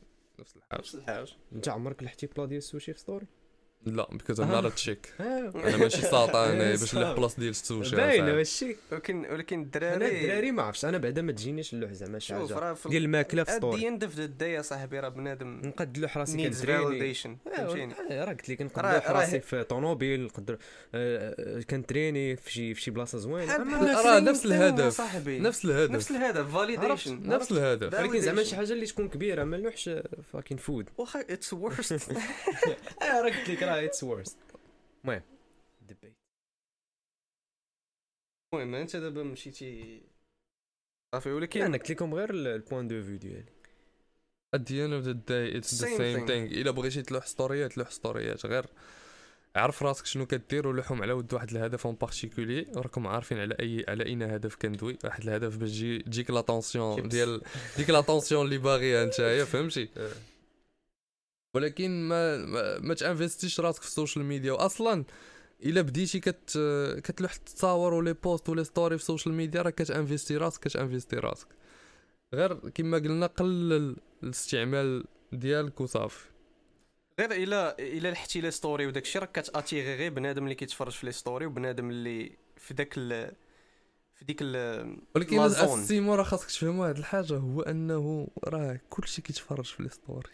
انت عمرك لحتي بلا ديال السوشي في ستوري؟ لا بيكوز انا نوت تشيك. انا ماشي ساطا انا باش نلوح بلاص ديال السوشي باينه ماشي. ولكن الدراري ما عرفتش انا بعدا ما تجينيش نلوح زعما شي حاجه ديال الماكله في ستوري. دي اند اوف ذا داي صاحبي راه بنادم نقد نلوح راسي كنتريني فهمتيني. راه قلت لك نقدر نلوح راسي في طوموبيل، نقدر كنتريني في شي بلاصه زوينه. راه نفس الهدف فاليديشن نفس الهدف. ولكن زعما شي حاجه اللي تكون كبيره ما نلوحش فاكين فود. واخا اتس ورست. راه قلت لك راه اتس ورست. المهم ديبيت. المهم انت دابا مشيتي صافي، ولكن انا قلت لكم غير البوين دو فيو ديالي. at the end of the day it's the same thing. الا بغيتي تلوح ستوريات غير عرف راسك شنو كدير ولوحهم على ود واحد الهدف اون بارتيكولي، راكم عارفين على اين هدف كندوي. واحد الهدف باش تجيك لاتونسيون ديال ديك لاتونسيون اللي باغيها نتايا فهمتي. ولكن ما تانفستيش راسك في السوشيال ميديا. واصلا الا بديتي كتلوح التصاور ولا بوست ولا ستوري في السوشيال ميديا راه كتانفستي راسك غير كما قلنا قلل الاستعمال ديالك وصافي. غير الا لحتي لي ستوري وداك الشيء راك كتاتيغي غير بنادم اللي كيتفرج في لي ستوري وبنادم اللي في ديك ولكن السيمو راه خاصك تفهم واحد الحاجه، هو انه راه كلشي كيتفرج في لي ستوري،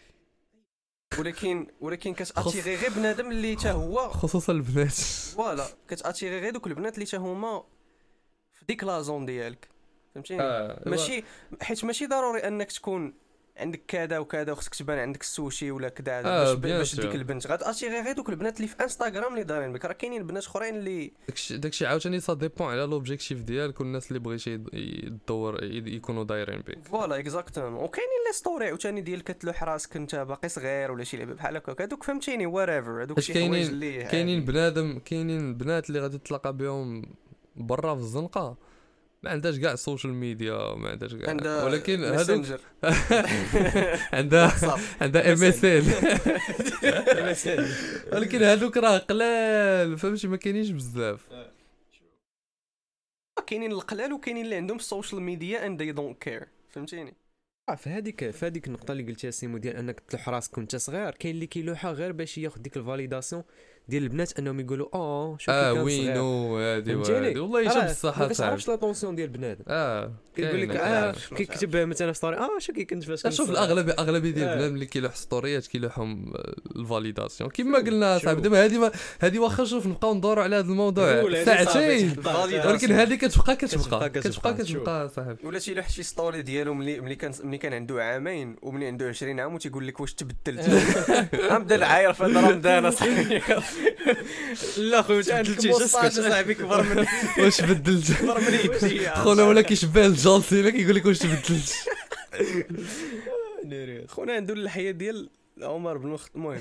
ولكن كتاتيغي غير بنادم اللي حتى هو خصوصا البنات. فوالا كتاتيغي غير دوك البنات اللي حتى هما في ديك لا زون ديالك، فهمتيني؟ ماشي حيت ماشي ضروري انك تكون عندك كذا وكذا وخصك تبان عندك السوشي ولا كذا باش ديك البنت غاتاتيغي غير دوك البنات اللي في انستغرام اللي دايرين بك. راه كاينين بنات اخرين اللي داكشي عاوتاني سا ديبون على لوبجيكتيف ديالك والناس اللي بغيتي يدور يكونوا دايرين بك. فوالا اكزاكتومون. وكاينين لي ستوري عاوتاني ديال كتلوح راسك انت باقي صغير ولا شي لعبه بحال هكا هذوك فهمتيني ورايفر هذوك شي حوايج اللي كاينين بنات اللي غادي تتلاقى بهم برا في الزنقه ما عندهاش كاع السوشيال ميديا ما عندهاش كاع، ولكن هذوك عندها ام اس ال ولكن هذوك راه قلال فهمتي ما كاينينش بزاف. كاينين القلال وكاينين اللي عندهم السوشيال ميديا اند they don't care فهمتيني. في هذيك النقطه اللي قلتيها سيمو ديال انك تلوح راسك وانت صغير، كاين اللي كيلوحها غير باش ياخذ ديك الفاليداسيون ديال البنات انهم يقولوا شوف كان صغير وينو هادي والله يجيب الصحه ما كتعرفش لا ديال البنات. كيقول لك كيكتب مثلا في ستوري شو كنت فاش شوف الاغلبيه ديال البنات ملي كيلوح ستوريات كيلوحهم الفاليداسيون كما قلنا صاحبي. دابا هذه واخا شوف نبقاو ندوروا على هذا الموضوع ساعتين ولكن هذه كتبقى صاحبي. ولا تيلوح شي ستوري ديالو ملي كان عنده عامين وملي عنده 20 عام وتيقول لك واش تبدلت غنبدا نعاير في هذا رمضان اصاحبي. لا خويا بدلتي جاسك صاحبي كبر مني واش بدلت كبر مني خونا ولا كيشبه الجالسي لا كيقول لك واش تبدلت خونا عنده الحياه ديال عمر بن المهم.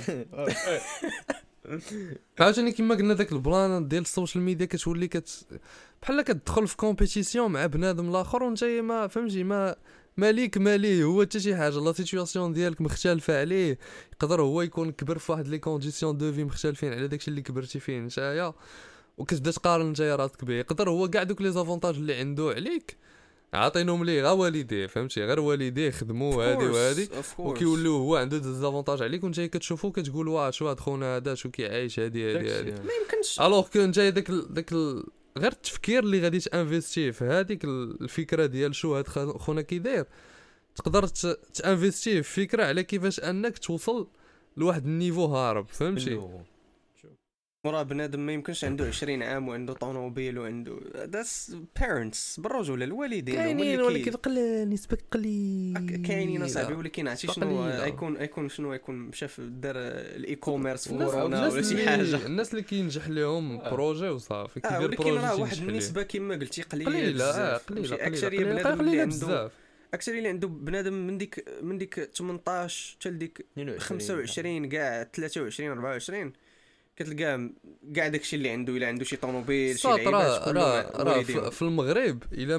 عاوتاني كما قلنا داك البلان ديال السوشيال ميديا كتولي بحال كتدخل في كومبيتيسيون مع بنادم الاخر وانت ما فهمتي ماليك ماليه هو حتى شي حاجه. لا سيتوياسيون ديالك مختلفه عليه، يقدر هو يكون كبر في واحد لي كونديسيون دو في مختلفين على داكشي اللي كبرتي فيه نتايا وكتبدا تقارن نتايا راسك به. يقدر هو كاع دوك لي زافونتاج اللي عنده عليك عاطينهم ليه غير والديه فهمتي، غير والديه خدموا هادي وهادي وكيوليو هو عنده ديزافونتاج عليك وانت كتشوفو كتقول واه شو هاد خونا هذا شو كيعيش هادي ما يمكنش. الوغ كو انت داك غير التفكير اللي غادي تانفيستي في هذيك الفكره ديال شو هاد خونا كيداير تقدر تانفيستي في فكره على كيفاش انك توصل لواحد النيفو هارب فهمتي. وراه بنادم ما يمكنش عنده 20 عام وعنده طوموبيل وعنده داس بيرنتس بالرجوله الوالدين كاينين ولكن قليل نسبه قليل كاينين اصاحبي. ولكن عرفتي شنو يكون شنو يكون مشى دار الاي كوميرس في كورونا ولا شي حاجه. الناس اللي كينجح لهم بروجي وصافي كيدير بروجي ولكن راه واحد النسبه كما قلتي قليله اكثريه بنادم اللي عنده اكثر اللي عنده بنادم من ديك 18 حتى لديك 25 كاع 23 24 كتلقى كاع داكشي اللي عنده الا عنده شي طوموبيل شي لعيبات راه في المغرب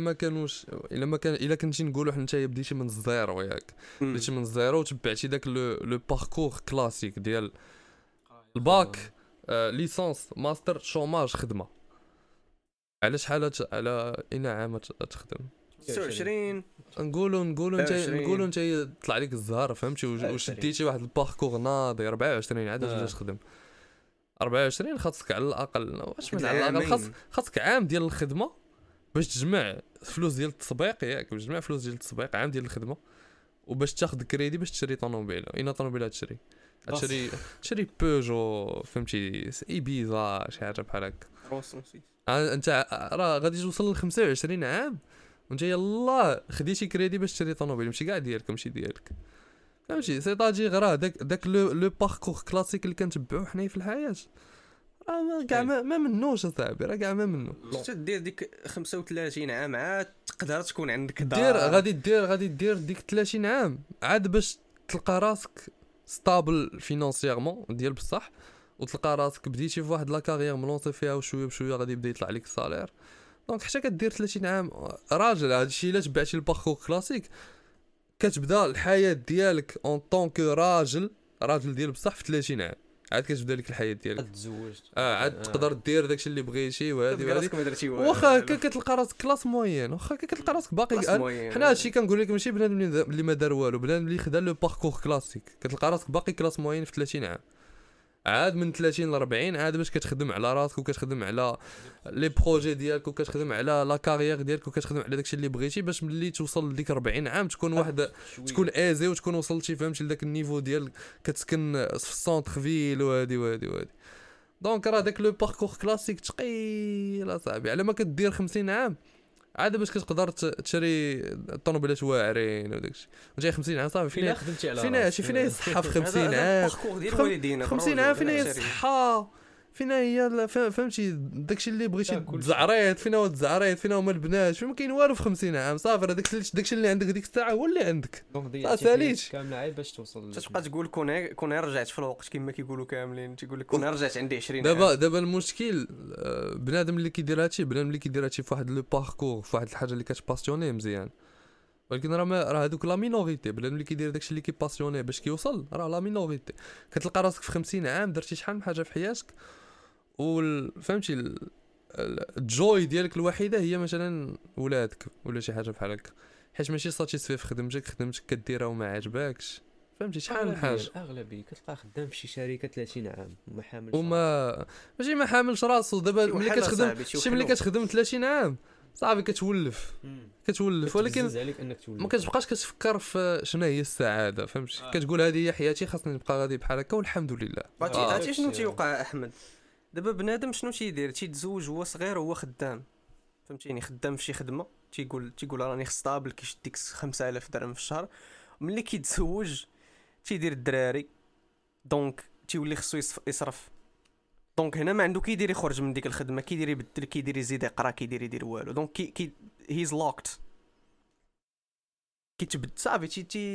الا كنتي نقولوا حنا نتايا بديتي من الزيرو ياك بديتي من الزيرو وتبعتي داك لو باركور كلاسيك ديال الباك ليسانس ماستر شوماج خدمه على شحال على اين عام تخدم 29 نقولوا انت طلع لك الزهر فهمتي وشديتي واحد الباركور ناضي 24 عاد باش تخدم 24 خاصك على الاقل واش من على الاقل خاصك عام ديال الخدمه باش تجمع فلوس ديال التسبيق ياك باش تجمع فلوس ديال التسبيق عام ديال الخدمه وباش تاخذ كريدي باش تشري طوموبيل. اين طوموبيل تشري بيجو فهمتي ايبيزا شي حاجه بحال هكا. انت راه غادي توصل ل 25 عام وانت يلاه خديتي كريدي باش تشري طوموبيل ماشي كاع ديالك ماشي ديالك فهمتي. سيطاجي غير داك لو باركور كلاسيك اللي كنتبعوه حنايا في الحياه راه كاع ما منوش اصاحبي راه كاع ما منو. حتى دير ديك 35 عام عاد تقدر تكون عندك دار غادي دير ديك 30 عام عاد باش تلقى راسك ستابل فينانسييرمون ديال بصح وتلقى راسك بديتي في واحد لا كارير ملونطي فيها وشويه بشويه غادي يبدا يطلع لك الصالير. دونك حتى كدير 30 عام راجل هادشي الا تبعتي الباركور كلاسيك كتبدا الحياه ديالك اون طونك راجل راجل ديال بصح في 30 عام عاد كتبدا لك الحياه ديالك تزوجت عاد تقدر دير داكشي اللي بغيتي وهادي راسك ما درتي والو واخا كتلقى راسك كلاس موين واخا كتلقى راسك باقي حنا هادشي كنقول لك ماشي بنادم اللي ما دار والو بنادم اللي خدا لو باركور كلاسيك كتلقى راسك باقي كلاس موين في 30 عام عاد من 30 ل 40 عاد باش كتخدم على راسك وكتخدم على لي بروجي ديالك وكتخدم على لا كارير ديالك وكتخدم على داكشي اللي بغيتي باش ملي توصل لديك 40 عام تكون واحد تكون ازي وتكون وصلتي فهمتي لذاك النيفو ديال كتسكن في السونتر فيل وهادي دونك راه داك لو باركور كلاسيك ثقيل اصاحبي على ما كدير 50 عام عاد باش كتقدر تشري الطوموبيلات واعرين وداكشي وجاي 50 عام صافي فينا خدمتي على فينا الصحه في 50 عام 50 عام فينا هي الصحه فينا هي فهمتي داكشي اللي بغيتي تزعريت فينا هو تزعريت فينا هما البنات فين ما كاين والو في 50 عام صافي داكشي اللي عندك ديك الساعه هو اللي عندك ساليت كامله عيب باش توصل تبقى تقول كون رجعت في الوقت كما كيقولوا كاملين تيقول لك كون رجعت عندي 20 دابا المشكل بنادم اللي كيدير هادشي في واحد لو باركور في واحد الحاجه اللي كتباسيوني مزيان ولكن راه هذوك لا مينوريتي بنادم اللي كيدير داكشي اللي كيباسيوني باش كيوصل راه لا مينوريتي كتلقى راسك في 50 عام درتي شحال من حاجه في حياتك فهمتي الجوي ديالك الوحيده هي مثلا ولادك ولا شي حاجه بحال هكا حيت ماشي ساتيسفي في خدمتك كديرها وما عاجباكش فهمتي شحال من حاجه اغلبيه كتلقى خدام في شي شركه 30 عام وما حاملش ماشي ما حاملش راسو دابا ملي كتخدم 30 عام صافي كتولف ولكن ما كتبقاش كتفكر في شنو هي السعاده فهمتي كتقول هذه هي حياتي خاصني نبقى غادي بحال هكا والحمد لله عرفتي شنو تيوقع احمد دابا بنادم شنو تيدير تيتزوج هو صغير وهو خدام فهمتيني خدام في شي خدمه تيقول راني ستابل كيشد ديك 5000 درهم في الشهر ملي كيتزوج تيدير الدراري دونك تيولي خصو يصرف دونك هنا ما عنده كيدير يخرج من ديك الخدمه كيدير يبدل كيدير يزيد يقرا كيدير يدير والو دونك هيز لوكت كيتبد صافي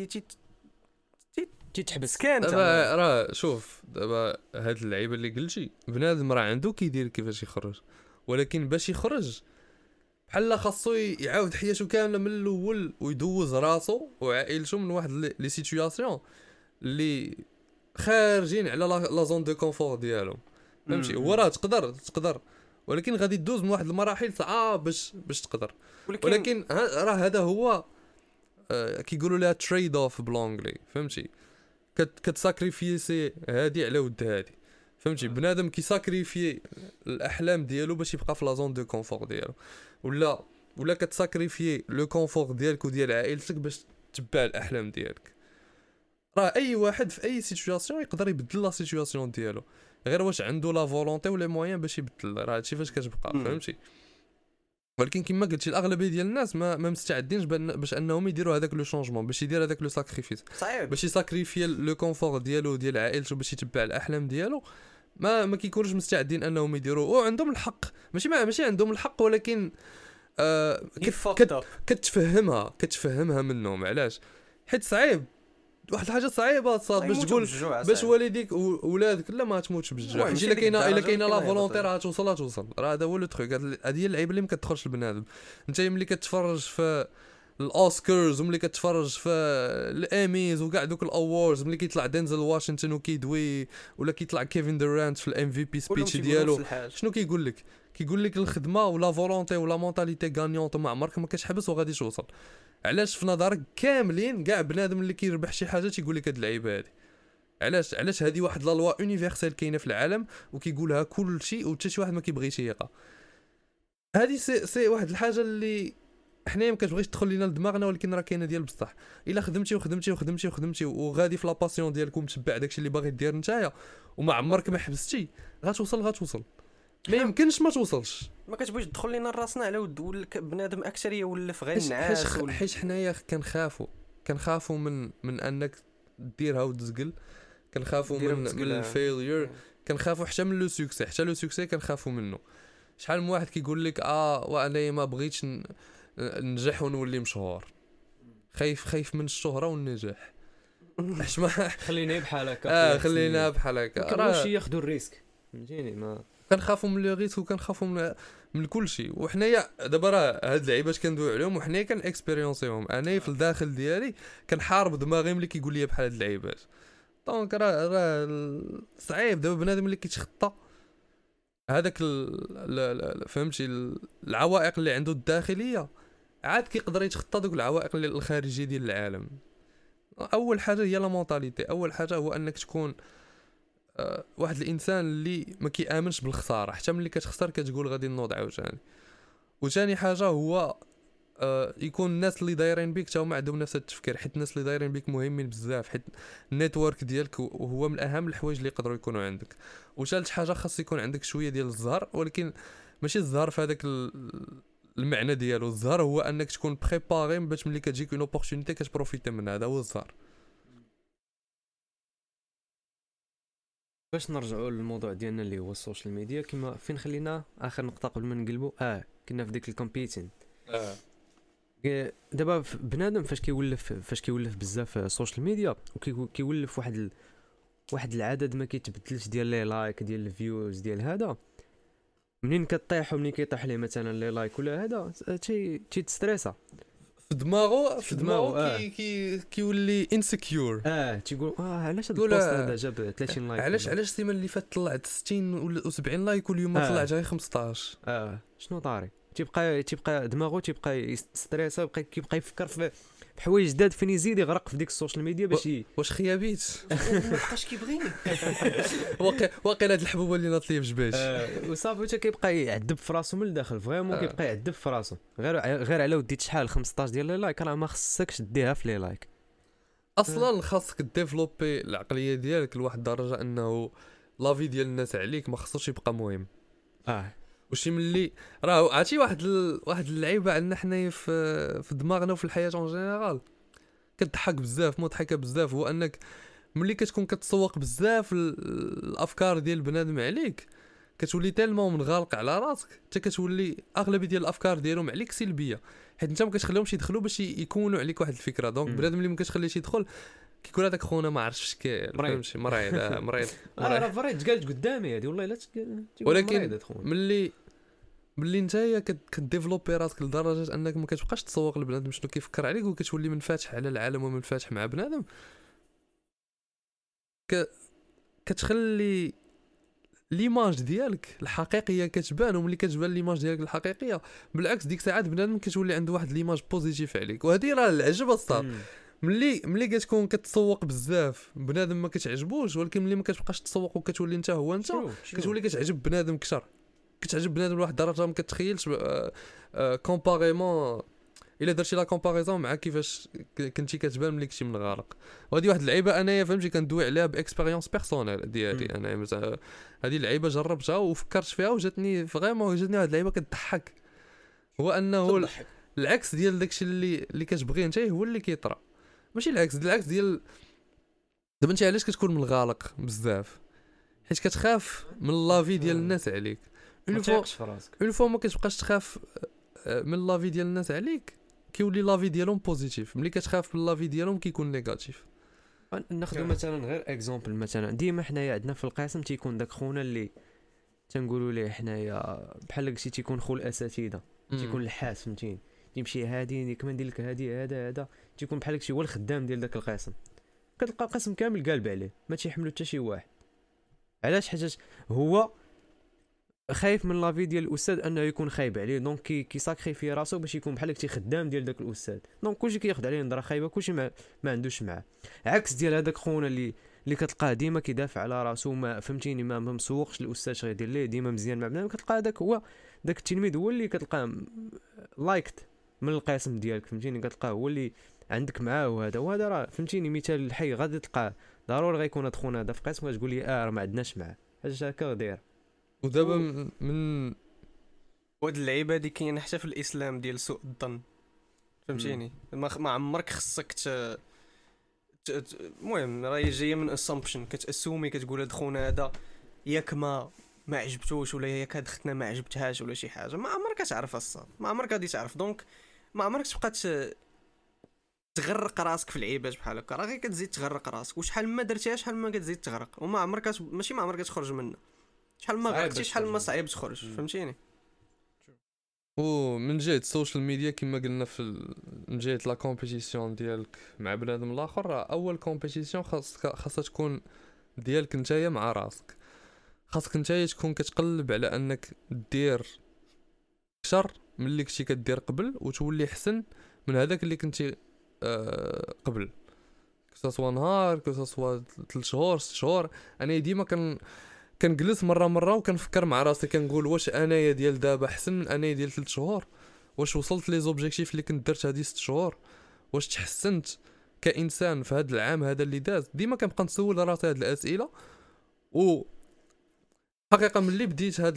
تيتحبس كان دابا راه شوف دابا هاد اللعيبه اللي قلتي بنادم راه عنده كيدير كيفاش يخرج ولكن باش يخرج بحال خاصو يعاود حياته كامله من الاول ويدوز راسو وعائلته من واحد لي سيتوياسيون اللي خارجين على لا زون دو كونفور ديالهم فهمتي هو راه تقدر ولكن غادي تدوز من واحد المراحل صعاب باش تقدر ولكن راه هذا هو كيقولوا لها تريد اوف بلونغلي فهمتي كتساكريفيسي هادي على ود هادي فهمتي بنادم كيساكريفي الاحلام ديالو باش يبقى في لا زون دو كونفور ديالو ولا كتساكريفي لو كونفور ديالك وديال عائلتك باش تتبع الاحلام ديالك راه اي واحد في اي سيتوياسيون يقدر يبدل لا سيتوياسيون ديالو غير واش عنده لا فولونتي ولا موين باش يبدل راه هادشي فاش كتبقى فهمتي ولكن كما قلتي الاغلبيه ديال الناس ما مستعدينش باش انهم يديروا هذاك لو شونجمون باش يدير هذاك لو ساكريفيس باش يساكريفي لو كونفور ديالو ديال عائلته باش يتبع الاحلام ديالو ما كيكونوش مستعدين انهم يديروا وعندهم الحق ماشي عندهم الحق ولكن كتفهمها منهم علاش حيت صعيب واحد الحاجه صعيبه تصاد باش تقول باش والديك وولادك لا ما تموتش بالجوع حيت الا كاينه لا فولونتي راه توصل راه هذا هو لو تروك هذه هي اللعيبه اللي ما كتدخلش البنادم انت ملي كتفرج في الاوسكارز وملي كتفرج في الاميز وكاع دوك الاووردز ملي كيطلع دينزل واشنطن وكيدوي ولا كيطلع كيفن دورانت في الام في بي سبيتش ديالو شنو كيقول لك الخدمه ولا فولونتي ولا مونتاليتي غانيونط وما عمرك ما كتحبس وغادي توصل علاش في نظرك كاملين كاع بنادم اللي كيربح شي حاجه تيقول لك هاد اللعيبه هادي علاش هذه واحد لا لوا يونيفرسال كاينه في العالم وكيقولها كل شيء وحتى شي واحد ما كيبغيش يقرا هذه سي واحد الحاجه اللي حنايا ما كتبغيش تدخل لينا لدماغنا ولكن راه كاينه ديال بصح الا خدمتي وغادي في لاباسيون ديالك ومتبع داكشي اللي باغي دير نتايا وما عمرك ما حبستي غتوصل ما يمكنش ما توصلش ما كتبغيش تدخل لينا راسنا على ود بنادم اكثريه ولا في غير النعاس حيت حنايا كنخافوا من انك ديرها وتزقل كنخافوا من الفيلير كنخافوا حتى من لو سوكسي كنخافوا منه شحال من واحد كيقول لك وانا ما بغيتش ننجح ونولي مشهور خايف من الشهره والنجاح حيت ما خلينا بحال هكا راه ياخذوا الريسك فهمتيني ما كنخافوا من لو ريسك وكنخافوا من كل شيء وحنايا دابا راه هاد اللعيبات كندويو عليهم وحنايا كنكسبيريونسيهم انا في الداخل ديالي كنحارب دماغي ملي كيقول لي بحال هاد اللعيبات دونك راه صعيب دابا بنادم اللي كيتخطى هذاك فهمتي العوائق اللي عنده الداخليه عاد كيقدر يتخطى دوك العوائق اللي الخارجيه ديال العالم. اول حاجه هي لا مونطاليتي، اول حاجه هو انك تكون واحد الانسان اللي ما كيامنش بالخساره، حتى ملي كتخسر كتقول غادي نوض عاوتاني. وثاني حاجه هو يكون الناس اللي دايرين بك حتى هما عندهم نفس التفكير، حيت الناس اللي دايرين بك مهمين بزاف، حيت النيتورك ديالك هو من اهم الحوايج اللي يقدروا يكونوا عندك. وثالث حاجه خاص يكون عندك شويه ديال الزهر، ولكن ماشي الزهر في هذاك المعنى ديالو. الزهر هو انك تكون بريباري باش ملي كتجيك اون اوبورتونيتي كتبروفيتي منها، هذا هو الزهر. باش نرجعوا للموضوع ديالنا اللي هو السوشيال ميديا، كما فين خلينا اخر نقطه قبل ما نقلبوا كنا في ديك الكومبيتين. دابا بنادم فاش كيولف بزاف السوشيال ميديا وكيولف واحد العدد ما كيتبدلش ديال لي لايك ديال الفيوز ديال هذا، منين كطيح ومنين كيطيح ليه مثلا لي لايك ولا هذا تيتستريسا في دماغه كيولي انسكيور. تيقول علاش هذا البوست هذا جاب 30 لايك، علاش السيمانه اللي فاتت طلعت 60 ولا 70 لايك واليوم طلعت غير 15. شنو طاري؟ تيبقى دماغه تيبقى يستريسا، كيبقى يفكر في حوايج جداد، فين يزيد يغرق في ديك السوشيال ميديا باش واش خيابيت مابقاش كيبغيني واقيلا هاد الحبوبه اللي ناط ليا في جباش وصافي حتى كيبقى يعذب في راسو من الداخل، فريمون كيبقى يعذب في راسو غير على وديت شحال 15 ديال لي لايك، راه ما خصكش ديها في لي لايك. اصلا خاصك ديفلوبي العقليه ديالك لواحد الدرجه انه لافي ديال الناس عليك ما خصوش يبقى مهم. وشي ملي راه عرفتي واحد اللعيبه عندنا حنايا في دماغنا وفي الحياه اون جينيرال كتضحك بزاف مضحكه بزاف، هو انك ملي كتكون كتسوق بزاف الافكار ديال البنادم عليك كتولي تالمون منغلق على راسك حتى كتولي اغلبيه ديال الافكار ديالهم عليك سلبيه، حيت انت ما كتخليهمش يدخلوا باش يكونوا عليك واحد الفكره. دونك بنادم اللي ما كتخليش يدخل كيقول هذاك خونا ما عرفتش فهمتي مريض راه فريت قالت قدامي هذه والله لا ولكن ملي نتايا كديفلوبي راسك لدرجه انك ما كتبقاش تسوق لبنادم شنو كيفكر عليك وكتولي منفتح على العالم ومنفتح مع بنادم، كتخلي ليماج ديالك الحقيقيه كتبان. وملي كتبان ليماج ديالك الحقيقيه بالعكس ديك ساعات بنادم كتولي عنده واحد ليماج بوزيتيف عليك. وهذه راه العجب الصاد ملي كتكون كتسوق بزاف بنادم ما كتعجبوش، ولكن ملي ما كتبقاش تسوق وكتولي انت هو انت كتولي كتعجب بنادم كثر، كتعجب بنادم لواحد الدرجه ما كتخيلش. كومباريمون الا درتي لا كومباريزون مع كيفاش كنتي كتبان ملي كنتي منغلق. وهذه واحد اللعيبه انايا فهمتي كندوي عليها باكسبيريونس بيرسونيل ديالي انا مثلا، هذه اللعيبه جربتها وفكرت فيها وجاتني فريمون واحد اللعيبه كتضحك، هو انه العكس ديال داكشي اللي كتبغيه انت هو اللي كيطرا، ماشي العكس ديال دابا انت علاش كتكون منغلق بزاف؟ حيت كتخاف من لافي ديال الناس عليك. اون فوا ما كتبقاش تخاف من لافي ديال الناس عليك كيولي لافي ديالهم بوزيتيف، ملي كتخاف من لافي ديالهم كيكون نيجاتيف. ناخذ مثلا غير اكزامبل، مثلا ديما حنايا عندنا في القسم تيكون داك خونا اللي تنقولوا ليه حنايا بحال قلتي تيكون خو الاساتذه، تيكون الحاس فهمتيني، تيمشي هادي كما ندير لك هذا تيكون بحال داكشي هو الخدام ديال داك القسم، كتلقى القسم كامل قالب عليه ما تيحملو حتى شي واحد. علاش؟ حيت هو خايف من لافي ديال الاستاذ انه يكون خايب عليه، دونك كيساكريفي راسو باش يكون بحال هكا خدام ديال داك الاستاذ، دونك كلشي كياخذ عليه نظره خايبه، كلشي ما عندوش معاه. عكس ديال هذاك خونا اللي كتلقاه ديما كيدافع على راسو، ما فهمتيني ما مسوقش الاستاذ شي يدير ليه، ديما مزيان مع بنادم، كتلقى هذاك هو داك التلميذ هو اللي كتلقاه لايكت من القسم ديالك فهمتيني، كتلقاه هو اللي عندك معاه. وهذا راه فهمتيني مثال الحي، غادي تلقاه ضروري غيكون هاد خونا هذا في قسم كتقول لي راه ما عندناش معاه حاجه هكا داير. ودابا من هاد اللعيبه هادي كاينه حتى في الاسلام ديال سوء الظن فهمتيني، ما عمرك خصك المهم راه جايه من اسامبشن، كتاسومي كتقول هاد خونا هذا ياك ما عجبتوش ولا ياك هاد اختنا ما عجبتهاش ولا شي حاجه، ما عمرك تعرف الصاد، ما عمرك غادي تعرف. دونك ما عمرك تبقى تغرق راسك في العيبات بحال هكا، راه غير كتزيد تغرق راسك، وشحال ما درتيها شحال ما كتزيد تغرق، وما عمرك ماشي ما عمرك تخرج منها، شحال ما غرقتي شحال ما صعيب تخرج فهمتيني. ومن جهه السوشيال ميديا كما قلنا من جهه لا كومبيتيسيون ديالك مع بنادم الاخر، اول كومبيتيسيون خاصها تكون ديالك نتايا مع راسك. خاصك نتايا تكون كتقلب على انك دير اكثر من اللي كنتي كدير قبل وتولي احسن من هذاك اللي كنتي قبل، كسوا نهار كسوا 3 شهور 6 شهور. انا ديما كنجلس مره وكنفكر مع راسي كنقول واش انايا ديال دابا احسن من انايا ديال 3 شهور، واش وصلت لي زوبجيكتيف اللي كنت درت هذه 6 شهور، واش تحسنت كانسان في هذا العام هذا اللي داز. ديما كنبقى نسول راسي هذه الاسئله. و حقيقه ملي بديت هذا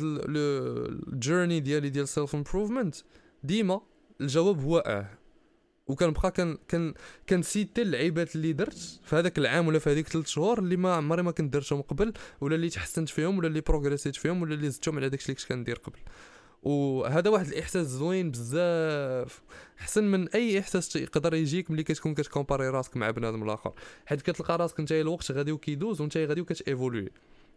الجيرني ديال سيلف امبروفمنت ديما الجواب هو وكنبقى كنسيتي اللعيبات اللي درت في هذاك العام ولا في هذيك 3 شهور اللي ما عمري ما كنت درتهم قبل، ولا اللي تحسنت فيهم، ولا اللي بروغريسيت فيهم، ولا اللي زدتهم على داكشي اللي كنت كندير قبل. وهذا واحد الاحساس زوين بزاف، احسن من اي احساس يقدر يجيك ملي كتكون كتكومباري راسك مع بنادم الاخر، حيت كتلقى راسك نتايا الوقت غادي وكيدوز وانتي غادي وكتيفولوي.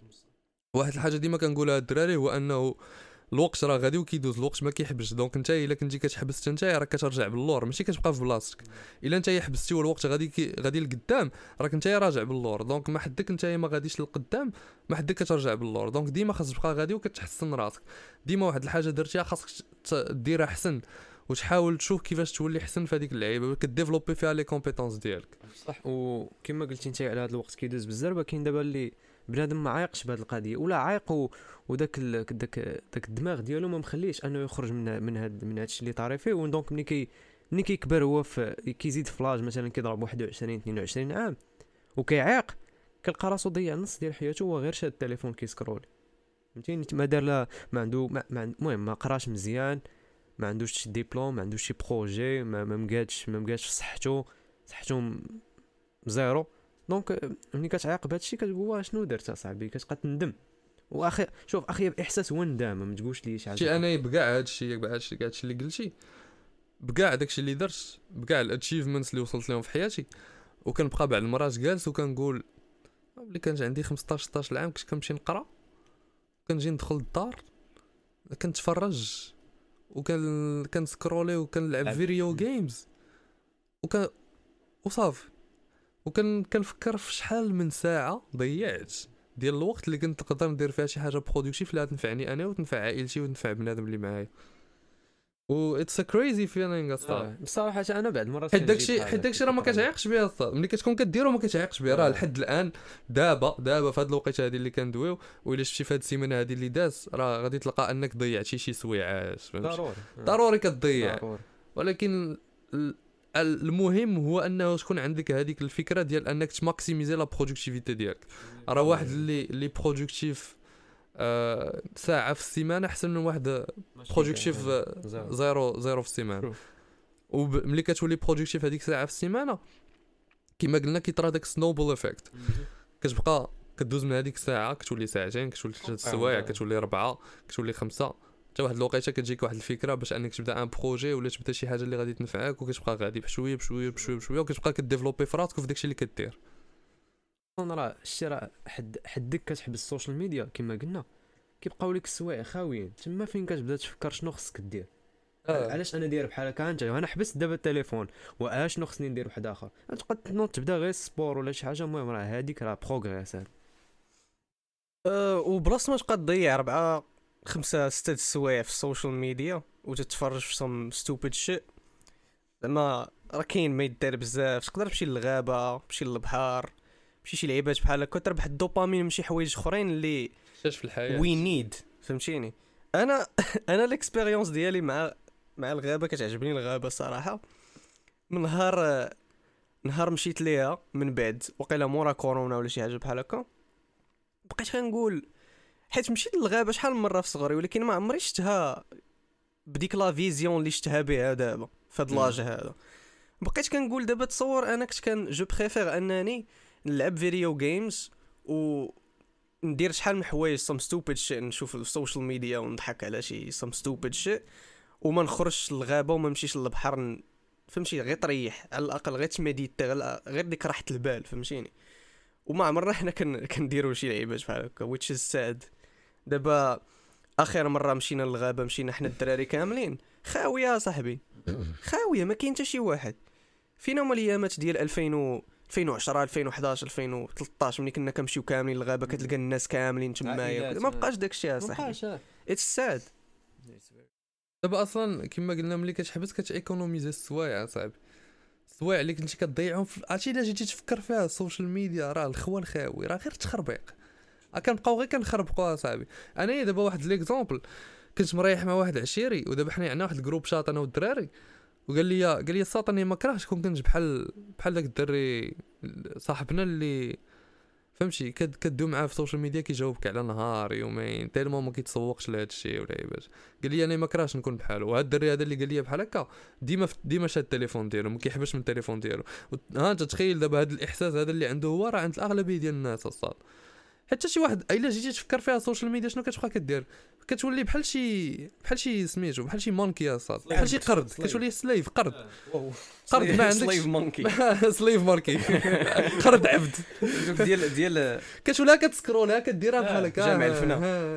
واحد الحاجه ديما كنقولها للدراري هو انه الوقت راه غادي وكيدوز، الوقت ما كيحبش. دونك نتايا الا كنتي كتحبس نتايا راك كترجع باللور، ماشي كتبقى في بلاصتك. الا نتايا حبستي والوقت غادي لقدام راك نتايا راجع باللور. دونك ما حدك نتايا ما غاديش للقدام، ما حدك كترجع باللور. دونك ديما خاصك تبقى غادي وكتحسن راسك. ديما واحد الحاجه درتيها خاصك ديرها احسن وتحاول تشوف كيفاش تولي احسن في هذيك اللعيبه، كديفلوبي فيها لي كومبيتونس ديالك. صح. وكما قلتي انت على هذا الوقت كيدوز بزاف، كاين دابا اللي بنادم ما عايقش بهذه القضيه ولا عايق وداك داك الدماغ ديالو ما مخليش انه يخرج من هذا الشيء اللي طاري فيه. ودونك ملي كيكبر هو كيزيد في لاج مثلا كيضرب 21 22 عام وكيعيق، كيلقى راسو ضيع نص ديال حياته هو غير شاد التليفون كيسكرول، فهمتيني؟ ما دار لا ما عنده المهم ما قراش مزيان، ما عندوش شي ديبلوم، ما عندوش شي بروجي، ما مقادش في صحته زيرو. دونك ملي كتعيق بهذا الشيء كتقول شنو درت اصاحبي، كتبقى تندم. واخي شوف اخي احساس هو الندامه، ما تقولش لي شي حاجه. شي انا بكاع هادشي اللي قلتي، بكاع داكشي اللي درت، بكاع الاتشيفمنتس اللي وصلت لهم في حياتي، وكنبقى بعد المرات جالس وكنقول ملي كانت عندي 15 16 عام كنت كنمشي نقرا، كنجي ندخل الدار كنتفرج كنسكرولي وكنلعب فيديو جيمز وصافي، كنفكر في شحال من ساعه ضيعت ديال الوقت اللي كنت نقدر ندير فيها شي حاجه برودكتيف اللي تنفعني انا وتنفع عائلتي وتنفع بنادم اللي معايا. و اتس ا كريزي فيلينغ اصاحبي. بصراحه انا بعد مرات حيت داكشي راه ما كتعيقش بها اصاحبي، ملي كتكون كديرو ما كتعيقش بها. راه لحد الان دابا في هاد الوقيته هادي اللي كندويو، والا شفتي في هاد السيمانه هادي اللي داز راه غادي تلقى انك ضيعتي شي سويعات، ضروري كتضيع. ولكن المهم هو انه تكون عندك هذيك الفكره ديال انك تماكسيميزي لا برودكتيفيتي ديالك. راه واحد اللي برودكتيف ساعه في السيمانه احسن من واحد برودكتيف زيرو في السيمانه. وملي كتولي برودكتيف هذيك ساعه في السيمانه كما قلنا كيطرا داك سنوبل افكت، كتبقى كدوز من هذيك الساعه كتولي ساعتين، كتولي 3 سوايع، كتولي 4، كتولي 5، حتى واحد الوقيته كتجيك واحد الفكره باش انك تبدا ان بروجي ولا تبدا شي حاجه اللي غادي تنفعك، وكتبقى غادي بشويه وكتبقى كديفلوبي في راسك وفي داكشي اللي كدير. انا راه شتي راه حدك كتحبس السوشيال ميديا كما قلنا كيبقاو لك السوايع خاويين تما فين كتبدا تفكر شنو خصك دير. علاش انا داير بحال هكا انت انا حبست دابا التليفون واش خصني ندير واحد اخر، تقد تنوض تبدا غير سبور ولا شي حاجه. المهم راه هذيك راه بروغريس وبلاص ما تبقى تضيع 4 5 6 سوايع في السوشيال ميديا وتتفرج في سم ستوبيد شيء. زعما راه كاين ما يدار بزاف، تقدر تمشي للغابه، تمشي للبحر، تمشي شي لعيبات بحال هكا تربح الدوبامين من شي حوايج اخرين اللي في الحياه وي نيد، فهمتيني؟ انا الاكسبيريونس ديالي مع الغابه كتعجبني الغابه صراحه. من نهار مشيت ليها من بعد وقيلا مورا كورونا ولا شي حاجه بحال هكا، بقيت كنقول حيت مشيت للغابه شحال من مره في صغري ولكن ما عمري شفتها بديك لا فيزيون اللي شفتها بها دابا في هاد لاج هذا. بقيت كنقول دابا تصور انا كنت جو بريفير انني نلعب فيديو جيمز و ندير شحال من حوايج سم ستوبيد شيء، نشوف السوشيال ميديا ونضحك على شي سم ستوبيد شيء، وما نخرجش للغابه وما نمشيش للبحر، فهمتي؟ غير تريح على الاقل، غير تمديت، غير ديك راحه البال، فهمتيني؟ وما عمرنا حنا كنديروا شي لعيبات بحال هكا which is sad. دابا اخر مره مشينا للغابه، مشينا حنا الدراري كاملين، خاويه صاحبي خاويه، ما كاين حتى شي واحد. فينا هما الايامات ديال 2010 2011 2013 ملي كنا كنمشيو كاملين للغابه كتلقى الناس كاملين تمايا، ما بقاش داكشي صاحبي. اتس ساد. دابا اصلا كما قلنا ملي كتحبس كتيكونوميزي السوايع صاحبي، السوايع اللي كنتي كتضيعهم عرفتي الا جيتي تفكر فيها السوشيال ميديا راه الخوان خاوي، راه غير تخربيق، كنبقاو غير كنخربقوا صاحبي. انا دابا واحد ليكزامبل، كنت مريح مع واحد عشيري ودابا حنا عندنا واحد الجروب شاط انا والدراري، وقال لي الساطني ما كرهتش كون كنت بحال داك الدري صاحبنا اللي فهمتي كدوي معاه في السوشيال ميديا كيجاوبك على نهار يومين تالمون ما كيتسوقش لهذا الشيء ولا عيبات. قال لي انا ما كرهتش نكون بحاله، وهذا الدري هذا اللي قال لي بحال هكا ديما شاد التليفون ديالو ما كيحبش من التليفون ديالو. ها انت تخيل دابا هذا الاحساس هذا اللي عنده هو راه عند الاغلبيه ديال الناس الصاد. حتى شي واحد الا جيتي تفكر فيها السوشيال ميديا شنو كتبقى كدير؟ كتولي بحال شي سميتو بحال شي مونكي الصاد، بحال شي قرد، كتولي سليف قرد ما عندكش سليف مونكي سليف ماركي قرد عبد ديال كتولي كتسكرولها كديرها بحال هكا جامع الفنا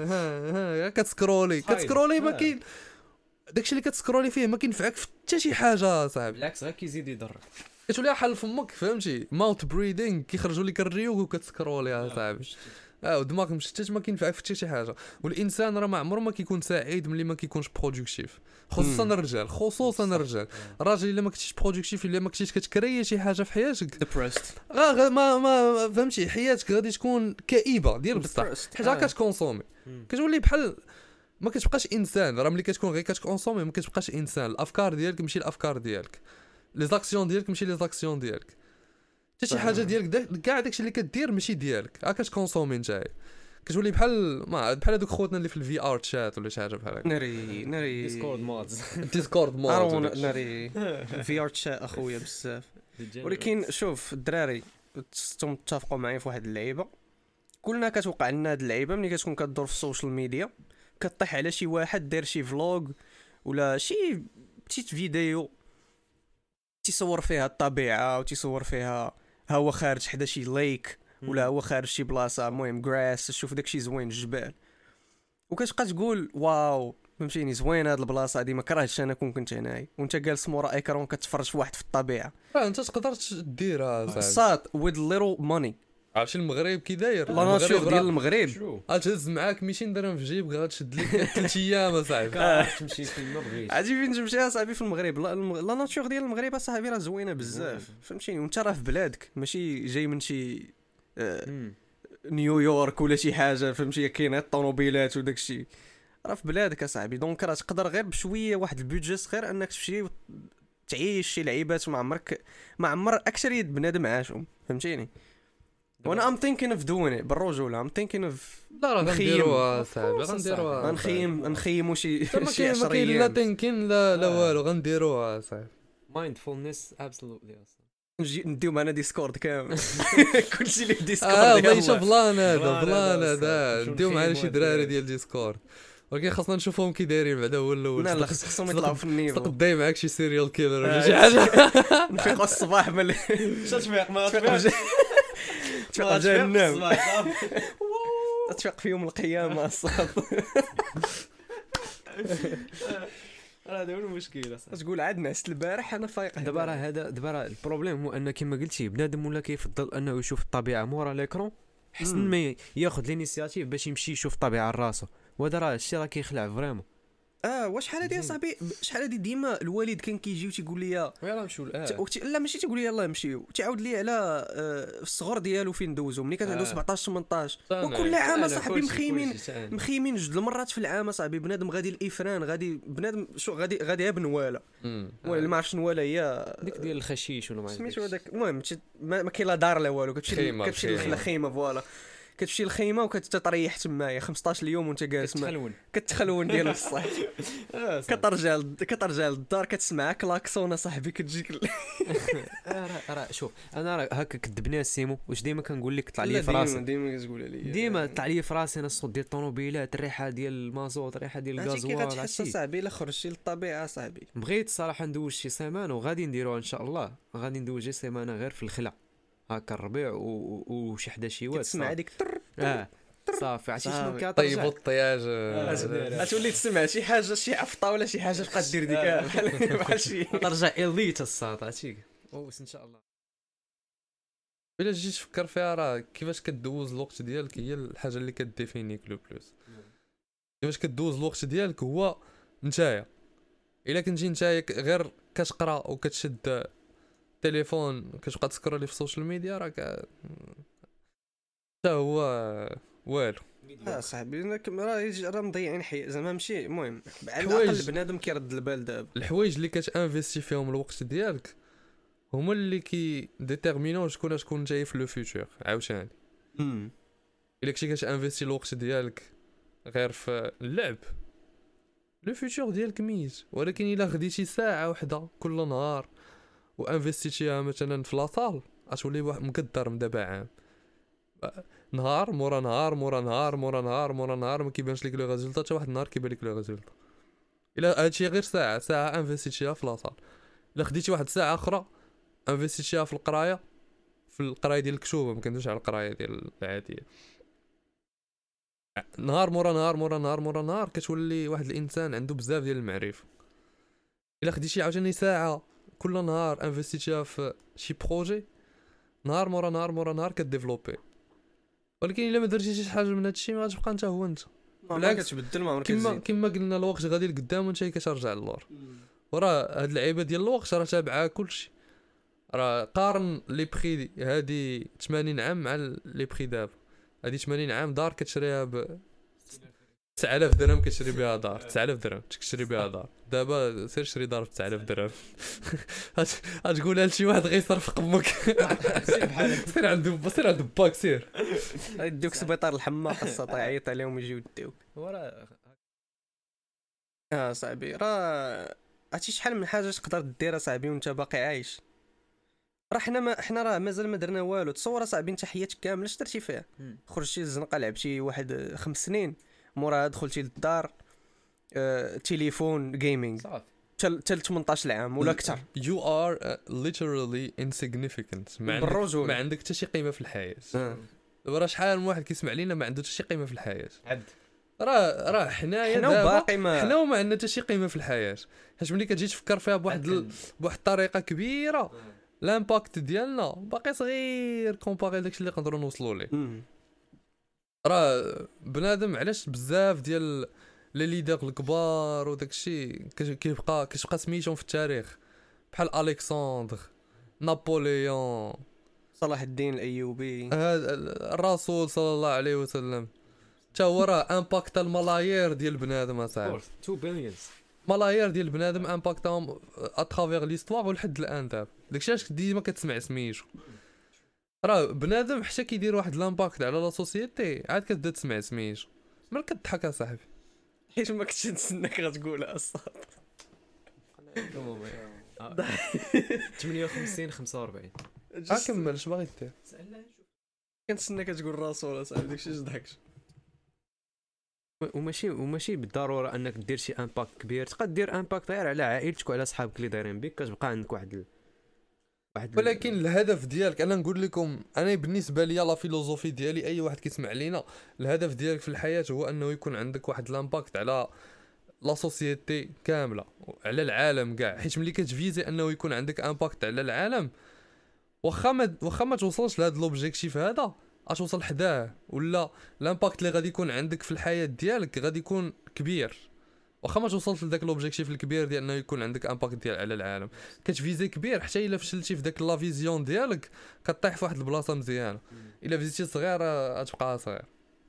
كتسكرولي ما كاين داكشي اللي كتسكرولي فيه ما كينفعك في حتى شي حاجه صاحبي، بالعكس غير كيزيد يضرك، كتولي حل فمك فهمتي ماوت بريدينغ كيخرجوا لك الريوق وكتسكرولي صاحبي. ودماغك مشتت ما كينفعك في حتى شي حاجه. والانسان راه ما عمره ما كيكون سعيد ملي ما كيكونش برودكتيف، خصوصا الرجال الراجل الا ما كنتيش برودكتيف الا ما كنتيش كتكري شي حاجه في حياتك ديبرست ما فهمتي حياتك غادي تكون كئيبه ديال بصح حاجه كتكونسومي كتولي بحال ما كتبقاش انسان. راه ملي كتكون غير كتكونسومي ما كتبقاش انسان، الافكار ديالك ماشي الافكار ديالك، لي زاكسيون ديالك ماشي لي زاكسيون ديالك، حتى شي حاجه ديالك كاع داكشي اللي كدير ماشي ديالك، كتكونسومي نتايا كتولي بحال هذوك خوتنا اللي في الفي ار تشات ولا شي حاجه بحال هكا. ناري ديسكورد مود ناري في ار تشات اخويا بزاف. ولكن شوف الدراري تتفقوا معايا في واحد اللعيبه، كلنا كتوقع لنا هاد اللعيبه ملي كتكون كدور في السوشيال ميديا كطيح على شي واحد داير شي فلوغ ولا شي بتيت فيديو تيصور فيها الطبيعه وتيصور فيها ها هو خارج حدا شي ليك ولا هو خارج شي بلاصه المهم غراس، شوف داكشي زوين الجبال وكتبقى تقول واو فهمتيني زوين هاد البلاصه هادي ما كرهتش انا كنت هنايا، وانت جالس مورا ايكرون كتفرج في واحد في الطبيعه. انت تقدر ديرها صاد with little money. عرفتي المغرب كي داير لا ناتور ديال المغرب غتهز معاك 200 درهم في جيبك غتشد لك 3 ايام اصاحبي تمشي في المغرب عادي فين تمشي اصاحبي في المغرب. لا ناتور ديال المغرب اصاحبي راه زوينه بزاف فهمتيني، وانت راه في بلادك ماشي جاي من شي نيويورك ولا شي حاجه فهمتي كاين الطوموبيلات وداكشي، راه في بلادك اصاحبي. دونك راه تقدر غير بشويه واحد البيدجي صغير انك تمشي تعيش شي لعيبات ما عمر اكثريه بنادم عاشهم فهمتيني. وانا ام ثينكين اوف دوين بالرجوله، ام ثينكين اوف لا راه غنديروها صاحبي غنديروها نخيموا شي شي 10 ايام لا تنكين لا والو غنديروها صاحبي. مايندفولنس ابسولوتلي اصلا نديو معنا ديسكورد كامل كلشي اللي في ديسكورد والله يشوف بلان هذا نديو معنا شي دراري ديال ديسكورد، ولكن خاصنا نشوفهم كي دايرين بعدا هو الاول. لا خصهم يطلعوا في النيفو، تقداي معاك شي سيريال كيلر ولا شي حاجه نفيقوا الصباح ملي تفيق ما تفيق جهنم تفيق في يوم القيامه الصاد. هذا هو المشكله تقول عاد نعست البارح انا فايق. دابا راه البروبليم هو ان كما قلتي بنادم ولا كيفضل انه يشوف الطبيعه مورا ليكرون حسن ما ياخذ الانيسياتيف باش يمشي يشوف الطبيعه راسو، وهذا راه الشيء راه كيخلع فريمون. شحال هادي اصاحبي شحال هادي ديما الوالد كان كيجي وتيقول لي يلاه نمشيو لا ماشي تيقول لي يلاه نمشيو، تعاود لي على الصغر ديالو فين دوزو ملي كان عنده 17 18 وكل عام صاحبي مخيمين جوج المرات في العام صاحبي. بنادم غادي الافران غادي بنادم شو غادي بنواله ولا ما عرفتش نواله هي ديك ديال الخشيش ولا ما سميتو هذاك المهم ما كاين لا دار لا والو كتمشي للخيمه فوالا كتمشي الخيمه وكتتريح تمايا 15 يوم وانت جالس كتخلون ديال الصح كترجع للدار كتسمع كلاكسون صاحبي كتجيك راه شوف انا راه هكا كذبني السيمو واش ديما كنقول لك طلع لي في راسي ديما كتقول لي ديما طلع لي في راسي انا الصوت ديال الطوموبيلات الريحه ديال المازوت الريحه ديال الغازوال هادشي كتحس صاحبي الا خرجتي للطبيعه صاحبي. بغيت الصراحه ندوز شي سيمانه وغادي نديروها ان شاء الله، غادي ندوز شي سيمانه غير في الخلا هكا الربيع وشي حدا شي واد تسمع هذيك صافي عرفتي شنو صافي. كترجع طيبوا الطياج غتولي تسمع شي حاجه شي عفطه ولا شي حاجه تبقى دير ديك بحال شي ترجع اليت الصاط عرفتي اوس ان شاء الله. الا جيت تفكر فيها راه كيفاش كدوز الوقت ديالك هي الحاجه اللي كديفينيك لو بلوس. كيفاش كدوز الوقت ديالك هو نتايا. الا كنتي نتايا غير كتقرا وكتشد التليفون كتبقى تسكرولي في السوشيال ميديا راك حتى هو والو. صاحبي راه مضيعين زعما ماشي المهم على حوايج. الاقل بنادم كيرد البال دابا. الحوايج اللي كتانفيستي فيهم الوقت ديالك هما اللي ديتيرمينو شكون جاي في لو فيوتور عاوتاني. الا كنتي كتانفيستي الوقت ديالك غير في اللعب لو فيوتور ديالك ميت. ولكن الا خديتي ساعه وحده كل نهار وانفيستيتيها مثلا في لاصال غتولي مقدر من دابا عام نهار مورا نهار مورا نهار مورا نهار مورا نهار ما كيبانش لك لو ريزولطا حتى واحد النهار كيبان لك لو ريزولطا. الا هادشي غير ساعه انفيستيتيها في لاصال. الا خديتي واحد ساعه اخرى انفيستيتيها في القرايه ديال الكتب ما كندويش على القرايه ديال العاديه نهار مورا نهار مورا نهار مورا نهار كتولي واحد الانسان عنده بزاف ديال المعرفه. الا خديتي عاوتاني ساعه كل نهار انفيستيتيها في شي بروجي نهار مورا نهار مورا نهار كديفلوبي. ولكن الا ما درتيش شي حاجه من هادشي ما غتبقى انت هو انت. بالعكس كتبدل ما عمرك كما قلنا الوقت غادي لقدام وانت كترجع للور. وراه هاد اللعيبه ديال الوقت راه تابعه كلشي. راه قارن لي بري هادي 80 عام مع لي بري دابا. هادي 80 عام دار كتشريها ب 9000 درهم كتشري بها دار 9000 درهم تشري بها دار. دابا سير شري دار ب 9000 درهم غتقولها لشي واحد غيصرف قمك سير عند باك سير يدوك سبيطار الحماق الساط يعيط عليهم يجيو يديوك. صاحبي راه عرفتي شحال من حاجه تقدر ديرها صاحبي وانت باقي عايش. راه حنا راه مازال ما درنا والو. تصور صاحبي انت حياتك كامله اش درتي فيها؟ خرجتي للزنقه لعبتي واحد 5 سنين مورا دخلتي للدار تليفون جيمنج حتى 18 عام ولا اكثر. you are literally insignificant ما عندك حتى شي قيمه في الحياه. راه شحال من واحد كيسمع لينا ما عنده حتى شي قيمه في الحياه. عبد راه حنايا باقي ما حنا وما عندنا حتى شي قيمه في الحياه. حيت ملي كتجي تفكر فيها بواحد الطريقه كبيره الامباكت ديالنا باقي صغير كومباري داكشي اللي نقدروا نوصلوا ليه. راه بنادم علاش بزاف ديال لي ليدر الكبار وداكشي كتبقى سميتهم في التاريخ بحال الكسندر نابليون صلاح الدين الايوبي الرسول صلى الله عليه وسلم. حتى هو راه امباكت الملايير ديال بنادم اصاحبي 2 بليون ملايير ديال بنادم امباكتهم اترافير ليستوار ولحد الان دابا. داكشي علاش ديما كتسمع سميتو. راه بنادم حتى كيدير واحد لامباكت على لا سوسيتي عاد كتبدا تسمع سميتو ملي كتضحك اصاحبي حيت ما كنتش نتسناك غتقولها الصاد 58 45 كمل اش باغي دير. كنتسناك تقول الرسول اصاحبي داكشي ضحكت. وماشي بالضروره انك دير شي امباكت كبير. تقدر دير امباكت غير على عائلتك وعلى صحابك اللي دايرين بك كتبقى عندك واحد ولكن الهدف ديالك انا نقول لكم انا بالنسبه لي لا فيلوزوفي ديالي اي واحد كيسمع لينا الهدف ديالك في الحياه هو انه يكون عندك واحد لامباكت على لا سوسيتي كامله على العالم كاع. حيت ملي كتفيزي انه يكون عندك امباكت على العالم واخا ما توصلش لهذا لوبجيكتيف هذا غتوصل حداه ولا لامباكت اللي غادي يكون عندك في الحياه ديالك غادي يكون كبير. واخا ما توصلش لذاك لوبجيكتيف الكبير ديال انه يكون عندك امباكت ديال على العالم كتفيزي كبير حتى الا فشلتي في داك لا فيزيون ديالك كطيح في واحد البلاصه مزيانه. الا فيزيتي صغير غتبقى صغير.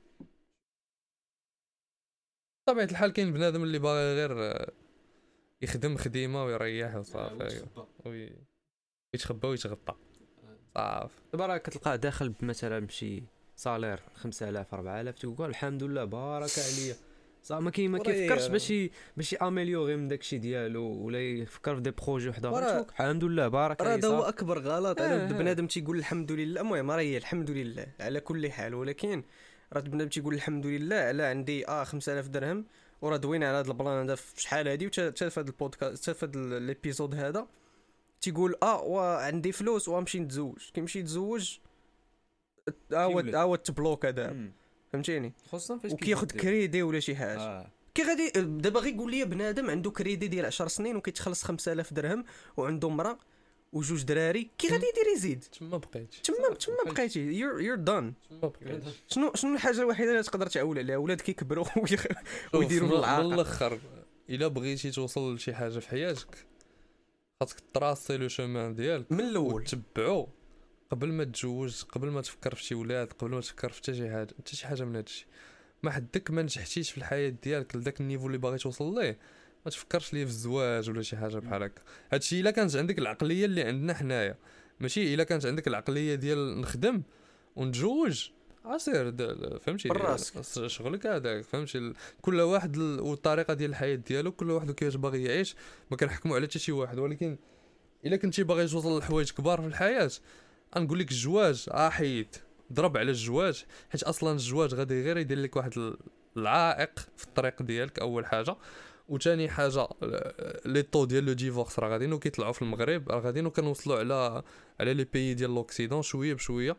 بطبيعه الحال كاين بنادم اللي باغي غير يخدم خديمه ويريح وصافي ويتخبى ويتغطى صافي. دابا راه كتلقاه داخل مثلا بشي صالير 5000 4000 تقول الحمد لله بارك عليا صافي ما كيفكرش باش اميليوري من داكشي ديالو ولا يفكر في دي بروجي وحده الحمد لله بارك عليا. هذا هو اكبر غلط على بنادم تيقول الحمد لله. المهم راه هي الحمد لله على كل حال. ولكن راه بنادم تيقول الحمد لله على عندي 5000 درهم وراه دوينا على هذا البلان هذا في شحال هادي وتا في هذا البودكاست تا في هذا الابيزود هذا تيقول وعندي فلوس وغنمشي نتزوج. كيمشي يتزوج هو تبلوك هذا فهمتيني خصوصا فاش وكياخذ كريدي ولا شي حاجه كي غادي دابا غير يقول لي بنادم عنده كريدي ديال 10 سنين وكيتخلص 5000 درهم وعنده مرا وجوج دراري كي غادي يدير يزيد تما بقيتي تما بقيتي يور دان شنو الحاجه الوحيده اللي تقدر تعول عليها ولاد كيكبروا ويديروا العاقه بالاخر الا بغيتي توصل لشي حاجه في حياتك خاصك تراسي لو شومان ديالك من الاول تتبعو قبل ما تتزوج قبل ما تفكر في شي ولاد قبل ما تفكر في حتى شي حاجه من هادشي ما حدك ما نجحتيش في الحياه ديالك لذاك النيفو اللي باغي توصل ليه ما تفكرش ليه في الزواج ولا شي حاجه بحال هكا هادشي الا كانت عندك العقليه اللي عندنا حنايا ماشي الا كانت عندك العقليه ديال نخدم ونتزوج عسير فهمتي شغلك هذاك فهمتي كل واحد والطريقه ديال الحياه ديالو كل واحد كيفاش باغي يعيش ما كنحكموا على حتى شي واحد ولكن الا كنتي باغي توصل لحوايج كبار في الحياه غنقول لك الزواج حيد ضرب على الزواج حيت اصلا الزواج غادي غير يدير لك واحد العائق في الطريق ديالك اول حاجه وثاني حاجه لي طو ديال لو ديفورس راه غاديين كيطلعوا في المغرب راه غاديين كنوصلوا على لي بيي ديال لوكسيدون شويه بشويه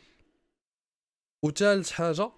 وثالث حاجه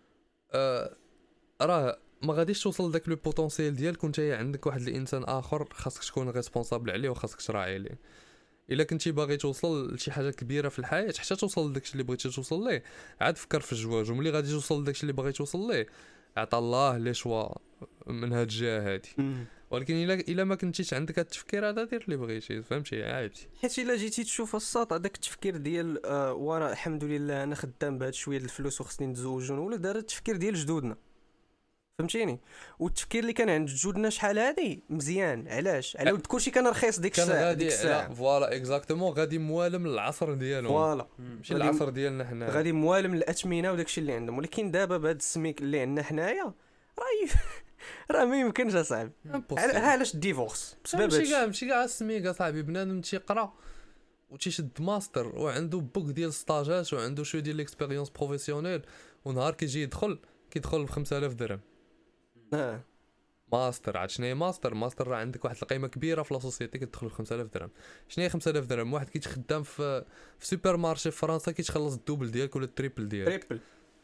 راه ما غاديش توصل داك لو بوتونسييل ديالك وانت عندك واحد الانسان اخر خاصك تكون ريسبونسابل عليه وخاصك تراعي عليه الا كنتي باغي توصل لشي حاجه كبيره في الحياه حتى توصل لداكشي اللي بغيتي توصل ليه عاد فكر في الزواج وملي غادي توصل لداكشي اللي باغي توصل ليه عطا الله لي شوا من هاد الجهه هادي ولكن الا ما كنتيش عندك هاد التفكير هذا دير اللي بغيتي فهمتي عادي حيت الا جيتي تشوف الساط هذاك التفكير ديال وانا الحمد لله انا خدام بهاد شويه ديال الفلوس وخصني نتزوج ولا دار التفكير ديال جدودنا فهمتيني والتفكير اللي كان عند جدودنا شحال هادي مزيان علاش على ود كلشي كان رخيص ديك الساعه فوالا اكزاكتومون غادي موالم للعصر ديالهم فوالا ماشي العصر ديالنا حنا غادي موالم الاثمنه وداكشي اللي عندهم ولكن دابا بهاد السميك اللي عندنا حنايا راه ما يمكنش اصاحبي علاش الديفورس بسبب ماشي كاع السميك اصاحبي بنادم تيقرا وتيشد ماستر وعنده بوك ديال ستاجات وعنده شويه ديال ليكسبيريونس بروفيسيونيل ونهار كيجي كيدخل ب 5000 درهم ماستر عاد شنو هي ماستر راه عندك واحد القيمه كبيره في لا سوسيتي كتدخل ب 5000 درهم شنو هي 5000 درهم واحد كيتخدم في سوبر مارشي في فرنسا كيتخلص الدوبل ديالك ولا التريبل ديالك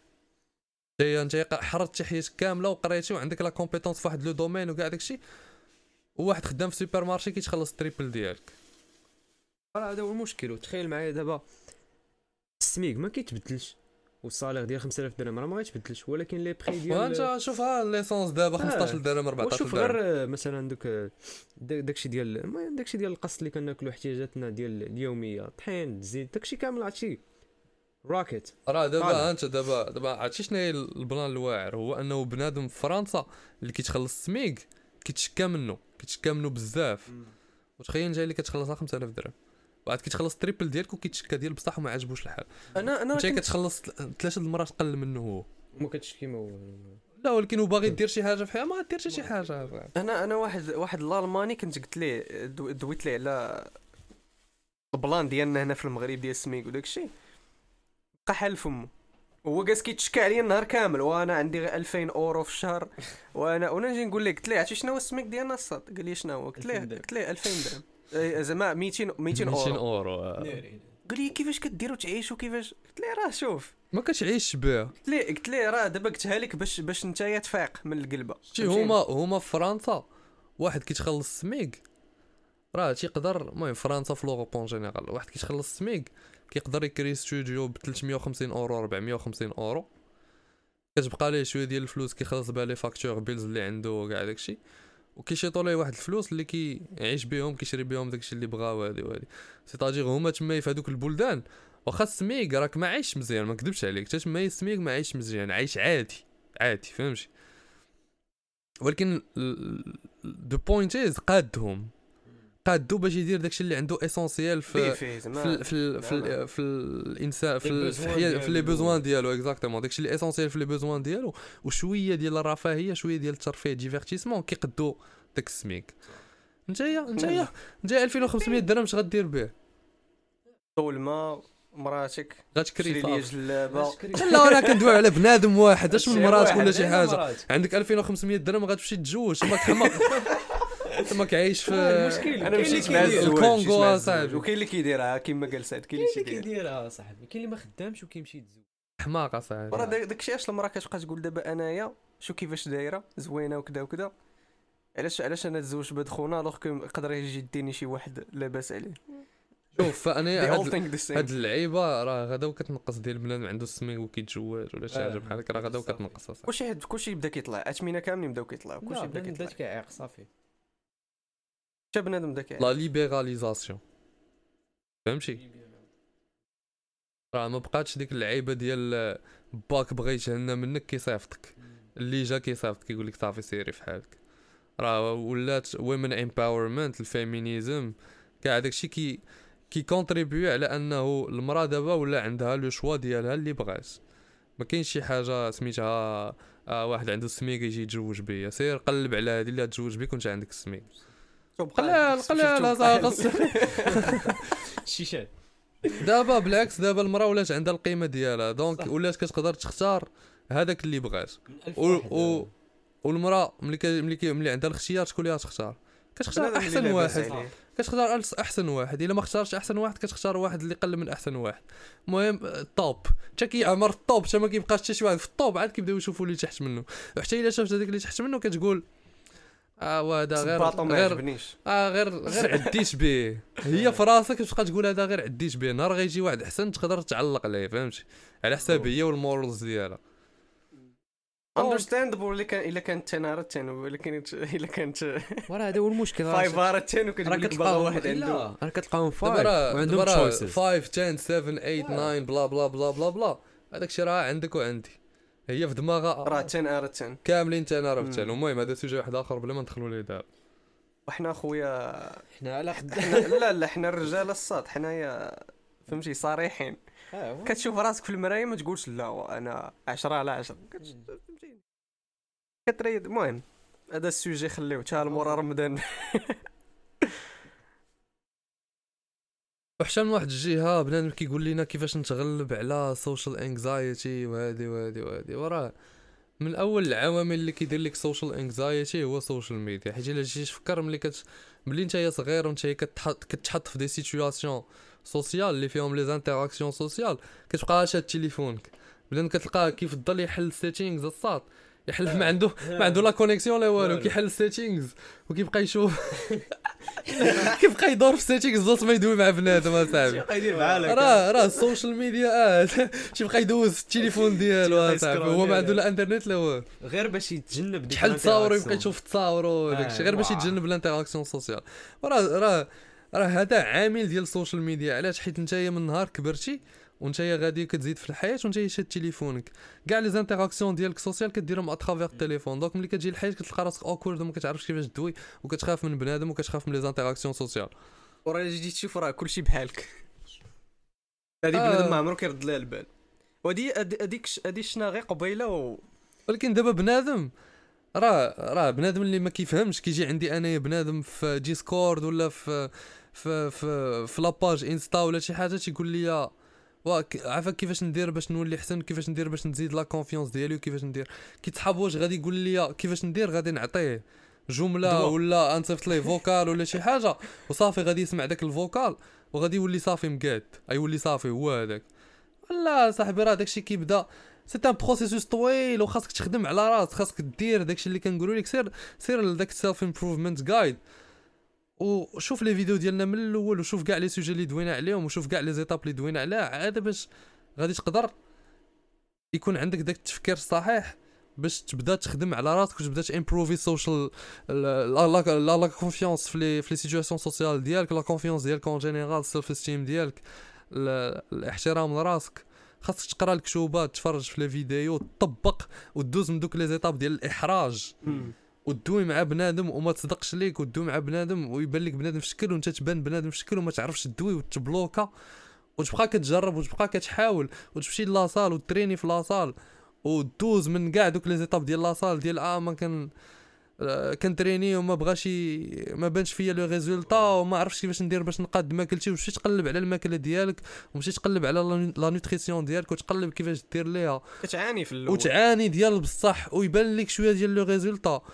انت حررتي حياتك كامله وقريتي وعندك لا كومبيتونس في واحد لو دومين وكاع داكشي وواحد خدام في سوبر مارشي كيتخلص التريبل ديالك راه هذا هو المشكل وتخيل معايا دابا السميك ما كيتبدلش والصالير ديال 5000 درهم راه ما غيتبدلش ولكن لي بري ديال وانت شوفها ليسونس دابا 15 درهم 14 درهم شوف غير مثلا داكشي ديال القص اللي كناكلو احتياجاتنا ديال اليوميه طحين الزيت داكشي كامل هادشي راكيت راه دابا انت دابا عرفتي شنو هي البلان الواعر هو انه بنادم في فرنسا اللي كيتخلص السميك كيتشكى منه بزاف وتخيل انت اللي كتخلصها 5000 درهم بعد كيتخلص التريبل ديالك وكيتشكى ديال بصح وما عاجبوش الحال انا انت كتخلص 3 المرات اقل منه هو وما كتشكي ما هو لا ولكن هو باغي دير شي حاجه في حياته ما غاديرش شي حاجه انا واحد الالماني كنت قلت ليه دويت ليه على البلان ديالنا هنا في المغرب ديال السميك وداكشي بقى حال فمو هو جالس كيتشكى عليا النهار كامل وانا عندي غير 2000 اورو في الشهر وانا نجي نقول لك قلت ليه عرفتي شنو هو السميك ديالنا الصاد قال لي شنو هو قلت ليه 2000 درهم زعما 200 اورو قال لي كيفاش كديروا تعيشوا كيفاش قلت ليه راه شوف ما كتعيش بها قلت ليه راه دابا قلتها لك باش نتايا تفيق من القلبه شي هما في فرنسا واحد كيتخلص السميك راه تيقدر المهم فرنسا في لوروب اون جينيرال واحد كيتخلص السميك كيقدر يكري ستوديو ب 350 اورو 450 اورو كتبقى ليه شويه ديال الفلوس كيخلص بها لي فاكتور بيلز اللي عنده وكاع داكشي وكيشيطوا ليه واحد الفلوس اللي كيعيش بهم كيشري بهم داكشي اللي بغا وهادي سيتاجير هما تما في هذوك البلدان واخا السميك راك ما عايش مزيان ما نكذبش عليك حتى تما السميك ما عايش مزيان عايش عادي فهمتي ولكن دو بوينت از قادو باش يدير داكشي اللي عنده اسونسيال في الانسان في لي بوزوان ديالو اكزاكتومون داكشي اللي اسونسيال في لي بوزوان ديالو وشويه ديال الرفاهيه شويه ديال الترفيه ديفيرتيسمون كيقدو داك السميك نتايا 2500 درهم اش غدير به طول ما مراتك غتكري لي جلابه لا انا كندوي على بنادم واحد اش من مراتك ولا شي حاجه عندك 2500 درهم غتمشي تتزوج تما كيعيش في المشكل انا مشيت مع الكونغو صاحبي وكاين اللي كيديرها كيما قال سعد كاين اللي كيديرها صاحبي كاين اللي ما خدامش وكيمشي يتزوج حماقه صاحبي. وراه داكشي اش المراه كتبقى تقول دابا انايا شو كيفاش دايره زوينه وكذا وكذا، علاش انا نتزوج بهاد خونا الوغ يقدر يجي يديني شي واحد لاباس عليه. شوف فانا They all think the same. هاد اللعيبه راه غدا وكتنقص ديال بنادم عنده السميك وكيتزوج ولا شي حاجه بحال هكا، راه غدا وكتنقص اصاحبي. كلشي بدا كيطلع، اتمنه كاملين بداو كيطلعوا، كلشي بدا كيطلع، كيعيق صافي. حتى بنادم بدا كيعيق. لا ليبراليزاسيون فهمتي، راه ما بقاتش ديك اللعيبه ديال باك بغيت لنا منك كيصيفطك، اللي جا كيصيفط كيقول لك صافي سيري في حالك. راه ولات ويمن امباورمنت، الفيمينيزم، كاع داكشي كي كونتريبيو على انه المراه دابا ولا عندها لو شوا ديالها اللي بغات. ما كاينش شي حاجه سميتها واحد عنده السميك يجي يتزوج بيا، سير قلب على هذه اللي تزوج بك وانت عندك السميك. قلال خاص الشيشات دابا بالعكس، دابا المراه ولات عندها القيمه ديالها، دونك ولات كتقدر تختار هذاك اللي بغات. والمراه ملي عندها الاختيار شكون اللي غتختار؟ كتختار احسن واحد، كتختار احسن واحد. الا ما اختارش احسن واحد كتختار واحد اللي قل من احسن واحد. المهم الطوب حتى كيعمر الطوب حتى ما كيبقاش حتى شي واحد في الطوب، عاد كيبداو يشوفوا اللي تحت منه، وحتى الا شفت هذاك اللي تحت منه كتقول وهذا غير عديت به. هي في راسك كتبقى تقول هذا غير عديت به، نهار غيجي واحد احسن تقدر تعلق عليه، فهمتي، على حساب هي والمورالز ديالها. اندرستاندبل الا كانت تنارتين، ولكن الا كانت وراه هذا هو المشكل. 5 عرفتين وكتقول لك باغا واحد عنده، راه كتلقاهم 5 وعندهم تشويسز 5 10 7 8 9 بلا بلا بلا بلا بلا. هذاك الشيء راه عندك وعندي، هي في دماغها راه 10 كاملين تنارفتين. المهم هذا سوجي واحد اخر بلا ما ندخلوا ليه دابا. وحنا اخويا حنا على لا حنا الرجال الصاد حنايا فهمتي صريحين. كتشوف راسك في المرايه ما تقولش لا انا 10 على 10 فهمتيني كتريد. المهم هذا السوجي خليوه حتى مورا رمضان. وحتى من واحد الجهه بنادم كيقول لنا كيفاش نتغلب على سوشيال انكزايتي وهذه وراه من اول العوامل اللي كيدير لك سوشيال انكزايتي هو السوشيال ميديا. حيت الا جيتي تفكر ملي نتايا صغير ونتايا كتحط في دي سيتوياسيون سوسيال اللي فيهم لي انتراكسيون سوسيال، كتبقى شاد تليفونك بلان كتلقاه كيف الضل يحل سيتينغز الصاد، يحل ما عنده لا كونيكسيون لا والو، كيحل سيتينغز وكيبقى يشوف كيبقى يدور في سيتينغز دوت ما يدوي مع بنادم اصاحبي. راه السوشيال ميديا تيبقى يدوز في التليفون ديالو اصاحبي، هو ما عنده لا انترنت لا والو، غير باش يتجنب ديك شحال تصاور يبقى يشوف التصاور داكشي غير باش يتجنب الانتراكسيون سوسيال. راه هذا عامل ديال السوشيال ميديا. علاش؟ حيت نتايا من نهار كبرتي ونتايا غادي كتزيد في الحياه ونتايا شاد تليفونك، كاع لي زانتراكسيون ديالك سوسيال كديرهم اترافير التليفون. دونك ملي كتجي الحياه كتلقى راسك اوكورد وما كتعرفش كيفاش تدوي وكتخاف من بنادم وكتخاف من لي زانتراكسيون سوسيال. وراه جيتي تشوف راه كلشي بحالك، هذه بنادم ما عمرو كيرد لها البال. ودي هذيك شنا غير قبيله ولكن دابا بنادم راه بنادم اللي ما كيفهمش كيجي عندي انايا بنادم في ديسكورد ولا في لاباج انستا ولا شي حاجه تيقول لي عافاك كيفاش ندير باش نولي احسن، كيفاش ندير باش نزيد لا كونفيونس ديالي، وكيفاش ندير كيتحاب واش غادي يقول لي كيفاش ندير، غادي نعطيه جمله ولا انصيفط ليه فوكال ولا شي حاجه وصافي غادي يسمع داك الفوكال وغادي يولي صافي مقاد، يولي صافي هو هذاك. لا صاحبي راه داكشي كيبدا سي ان بروسيسوس طويل وخاصك تخدم على راسك، خاصك دير داكشي اللي كنقولوا لك. سير لذاك السيلف امبروفمنت جايد وشوف لي فيديو ديالنا من الاول وشوف كاع لي سوجي اللي دوينا عليهم وشوف كاع لي زيتاب اللي دوينا عليها، عاد باش غادي تقدر يكون عندك داك التفكير الصحيح باش تبدا تخدم على راسك وتبدا تامبروفي سوشيال لا كونفيونس في لي سيتوياسيون سوسيال ديالك، لا كونفيونس ديالك اون جينيرال، السيلف استيم ديالك، الاحترام لراسك. خاصك تقرا الكتوبات، تفرج في لي فيديو، تطبق وتدوز من دوك لي زيتاب ديال الاحراج ودوي مع بنادم وما تصدقش ليك، ودوي مع بنادم ويبان لك بنادم في شكل وانت تبان بنادم في شكل وما تعرفش تدوي وتبلوكا، وتبقى كتجرب وتبقى كتحاول وتمشي لاصال وتريني في لاصال ودوز من كاع دوك لي زيتاب ديال لاصال ديال ما كنتريني وما بغاش ما بانش فيا لو ريزولطا وما عرفتش كيفاش ندير باش نقاد ماكلتي، ومشيت تقلب على الماكله ديالك ومشيت تقلب على لا نوتريسيون ديالك وتقلب كيفاش دير ليها، كتعاني في الاول وتعاني ديال بصح ويبان لك شويه ديال لو ريزولطا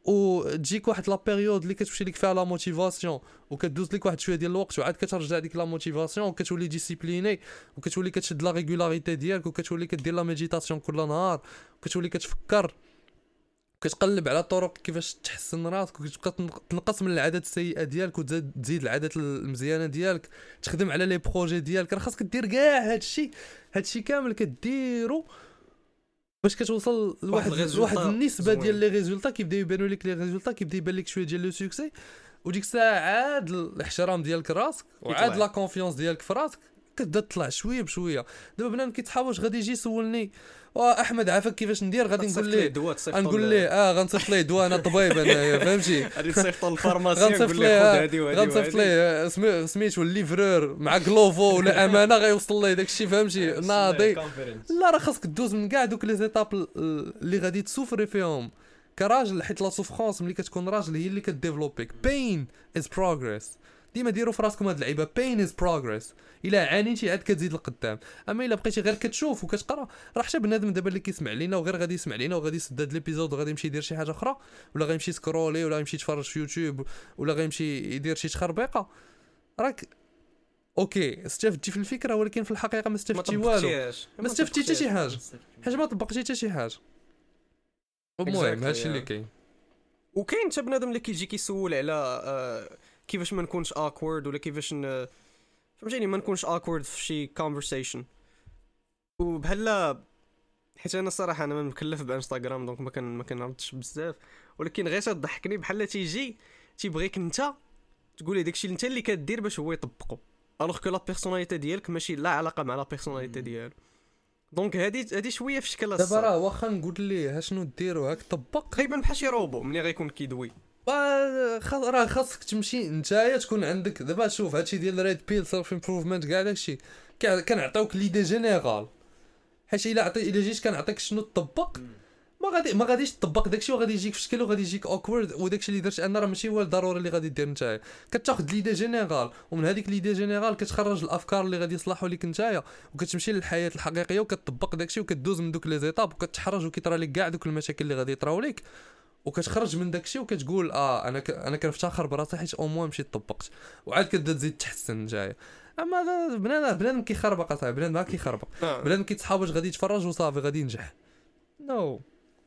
وتجيك واحد لا بيريود اللي كتمشي لك فيها لا موتيفاسيون وكدوز لك واحد شويه ديال الوقت وعاد كترجع ديك لا موتيفاسيون وكتولي ديسيبليني وكتولي كتشد لا ريغولاريتي ديالك وكتولي كدير لا ميديتاسيون كل نهار وكتولي كتفكر كتقلب على طرق كيفاش تحسن راسك وكتبقى تنقص من العادات السيئه ديالك وتزيد العادات المزيانه ديالك تخدم على لي بروجي ديالك راه خاصك دير كاع هادشي كامل كديرو باش كتوصل لواحد النسبه ديال لي ريزولطا كيبداو يبانوا لك لي ريزولطا كيبدا يبان لك شويه ديال لو سوكسي وديك الساعه عاد الاحترام ديالك راسك وعاد لا كونفيونس ديالك في راسك كتبدا تطلع شويه بشويه. دابا بنادم كيتحاوش غادي يجي يسولني احمد عافاك كيفاش ندير غادي نقول ليه غنصيفط ليه دواء انا طبيب انايا فهمتي غادي تصيفط للفارماسي نقول ليه خذ هادي وهادي غنصيفط ليه سميتو الليفرور مع كلوفو ولا امانه غيوصل ليه داكشي فهمتي ناضي. لا راه خاصك دوز من كاع دوك لي زيتاب اللي غادي تسوفري فيهم كراجل حيت لا سوفرونس ملي كتكون راجل هي اللي كديفلوبيك. بين از بروغريس ديما ديروا في راسكم هاد اللعيبه بين از بروغريس الا عانيتي عاد كتزيد لقدام. اما الا بقيتي غير كتشوف وكتقرا راه حتى بنادم دابا اللي كيسمع لينا وغير غادي يسمع لينا وغادي يسد هاد ليبيزود وغادي يمشي يدير شي حاجه اخرى ولا غيمشي سكرولي ولا غيمشي يتفرج في يوتيوب ولا غيمشي يدير شي تخربيقه راك اوكي استفدتي في الفكره ولكن في الحقيقه ما استفدتي والو ما استفدتي حتى شي حاجه حاجه ما طبقتي حتى شي حاجه. المهم هادشي اللي كاين. وكاين حتى بنادم اللي كيجي كيسول على كيفاش ما نكونش awkward ولا كيفاش فهمتيني ما نكونش awkward في شي conversation وبحال حيت انا الصراحه انا مكلف بانستغرام دونك ما كنردش بزاف ولكن غير تضحكني بحال تيجي تيبغيك انت تقول لي داكشي اللي انت اللي كدير باش هو يطبقه الوغ كو لا بيرسوناليتي ديالك ماشي لا علاقه مع لا بيرسوناليتي ديالو. دونك هادي شويه في شكل دابا راه واخا نقول ليه شنو ديروا هاك طبق غيبان بحال شي روبو ملي غيكون كيدوي راه خاصك تمشي نتايا تكون عندك. دابا شوف هادشي ديال ريد بيل سيلف امبروفمنت كاع داكشي كنعطيوك ليدي جينيرال حيت الا جيت كنعطيك شنو تطبق ما غاديش تطبق داكشي وغادي يجيك في شكل وغادي يجيك اوكورد وداكشي اللي درت انا راه ماشي هو ضروري اللي غادي دير نتايا. كتاخذ ليدي جينيرال ومن هذيك ليدي جينيرال كتخرج الافكار اللي غادي يصلحوا لك نتايا وكتمشي للحياه الحقيقيه وكتطبق داكشي وكدوز من دوك لي زيتاب وكتحرج وكيطرا لك كاع دوك المشاكل اللي غادي يطراو لك وكتخرج من داكشي وكتقول انا كنفتخر براسي حيت او موان مشيت طبقت وعاد كتبدا تزيد تحسن نتايا. اما بنادم كيخربق اصاحبي بنادم ما كيخربق بنادم كيتصحاب واش غادي يتفرج وصافي غادي ينجح نو.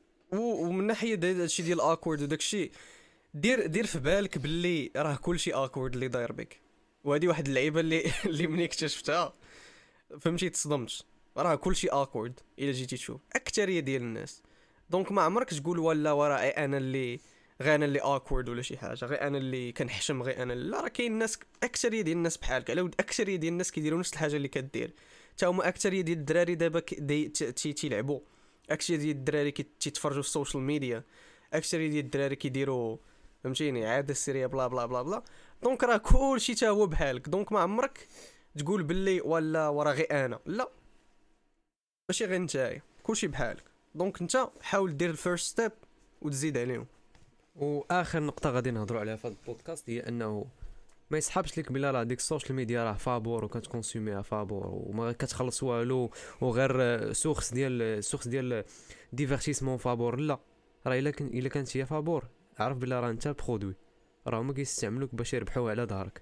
ومن ناحيه داكشي ديال اكورد وداكشي دير في بالك باللي راه كلشي اكورد اللي داير بك وهذه واحد اللعيبه اللي مني اكتشفتها فهمتي تصدمت راه كلشي اكورد الا جيتي تشوف اكثريه ديال الناس. دونك ما عمرك تقول ولا وراه انا اللي اكورد ولا شي حاجه غير انا اللي كنحشم غير انا لا راه كاين ناس اكثريه ديال الناس بحالك على ود اكثريه ديال الناس كيديروا نفس الحاجه اللي كدير حتى هما اكثريه ديال الدراري دابا تيلعبوا اكثريه ديال الدراري كيتفرجوا في السوشيال ميديا اكثريه ديال الدراري كيديروا فهمتيني عاده السريه بلا بلا بلا بلا. دونك راه كلشي تا هو بحالك دونك ما عمرك تقول باللي ولا ورا غير انا لا ماشي غير نتايا كلشي بحالك. دونك انت حاول دير الفيرست ستيب وتزيد عليهم. واخر نقطه غادي نهضروا عليها في هذا البودكاست هي انه ما يسحبش لك بلا راه ديك السوشيال ميديا راه فابور وكتكونسوميها فابور وما كتخلص والو وغير سورس ديال ديفيرتيسمون فابور لا راه الا كانت هي فابور عرف بلا راه انت برودوي راه هما كيستعملوك باش يربحوا على ظهرك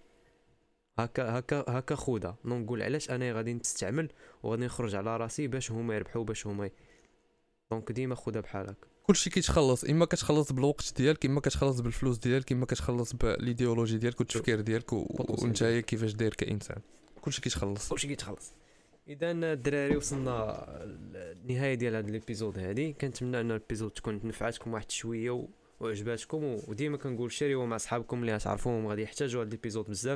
هكا خودا نقول علاش انا غادي نستعمل وغادي نخرج على راسي باش هما يربحوا باش هما دونك ديما خودا بحالك. كلشي كيتخلص اما كتخلص بالوقت ديالك اما كتخلص بالفلوس ديالك اما كتخلص بالايديولوجي ديالك والتفكير ديالك وانتايا كيفاش داير كانسان كلشي كيتخلص. اذا الدراري وصلنا النهايه ديال هذا الابيزود هذه كنتمنى ان الابيزود تكون نفعتكم واحد شويه وعجباتكم وديما كنقول شاريوها مع صحابكم اللي تعرفوهم غادي يحتاجوا هذا الابيزود بزاف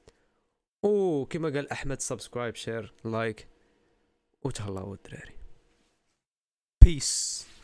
وكما قال احمد سبسكرايب شير لايك وتهلاو الدراري. بيس.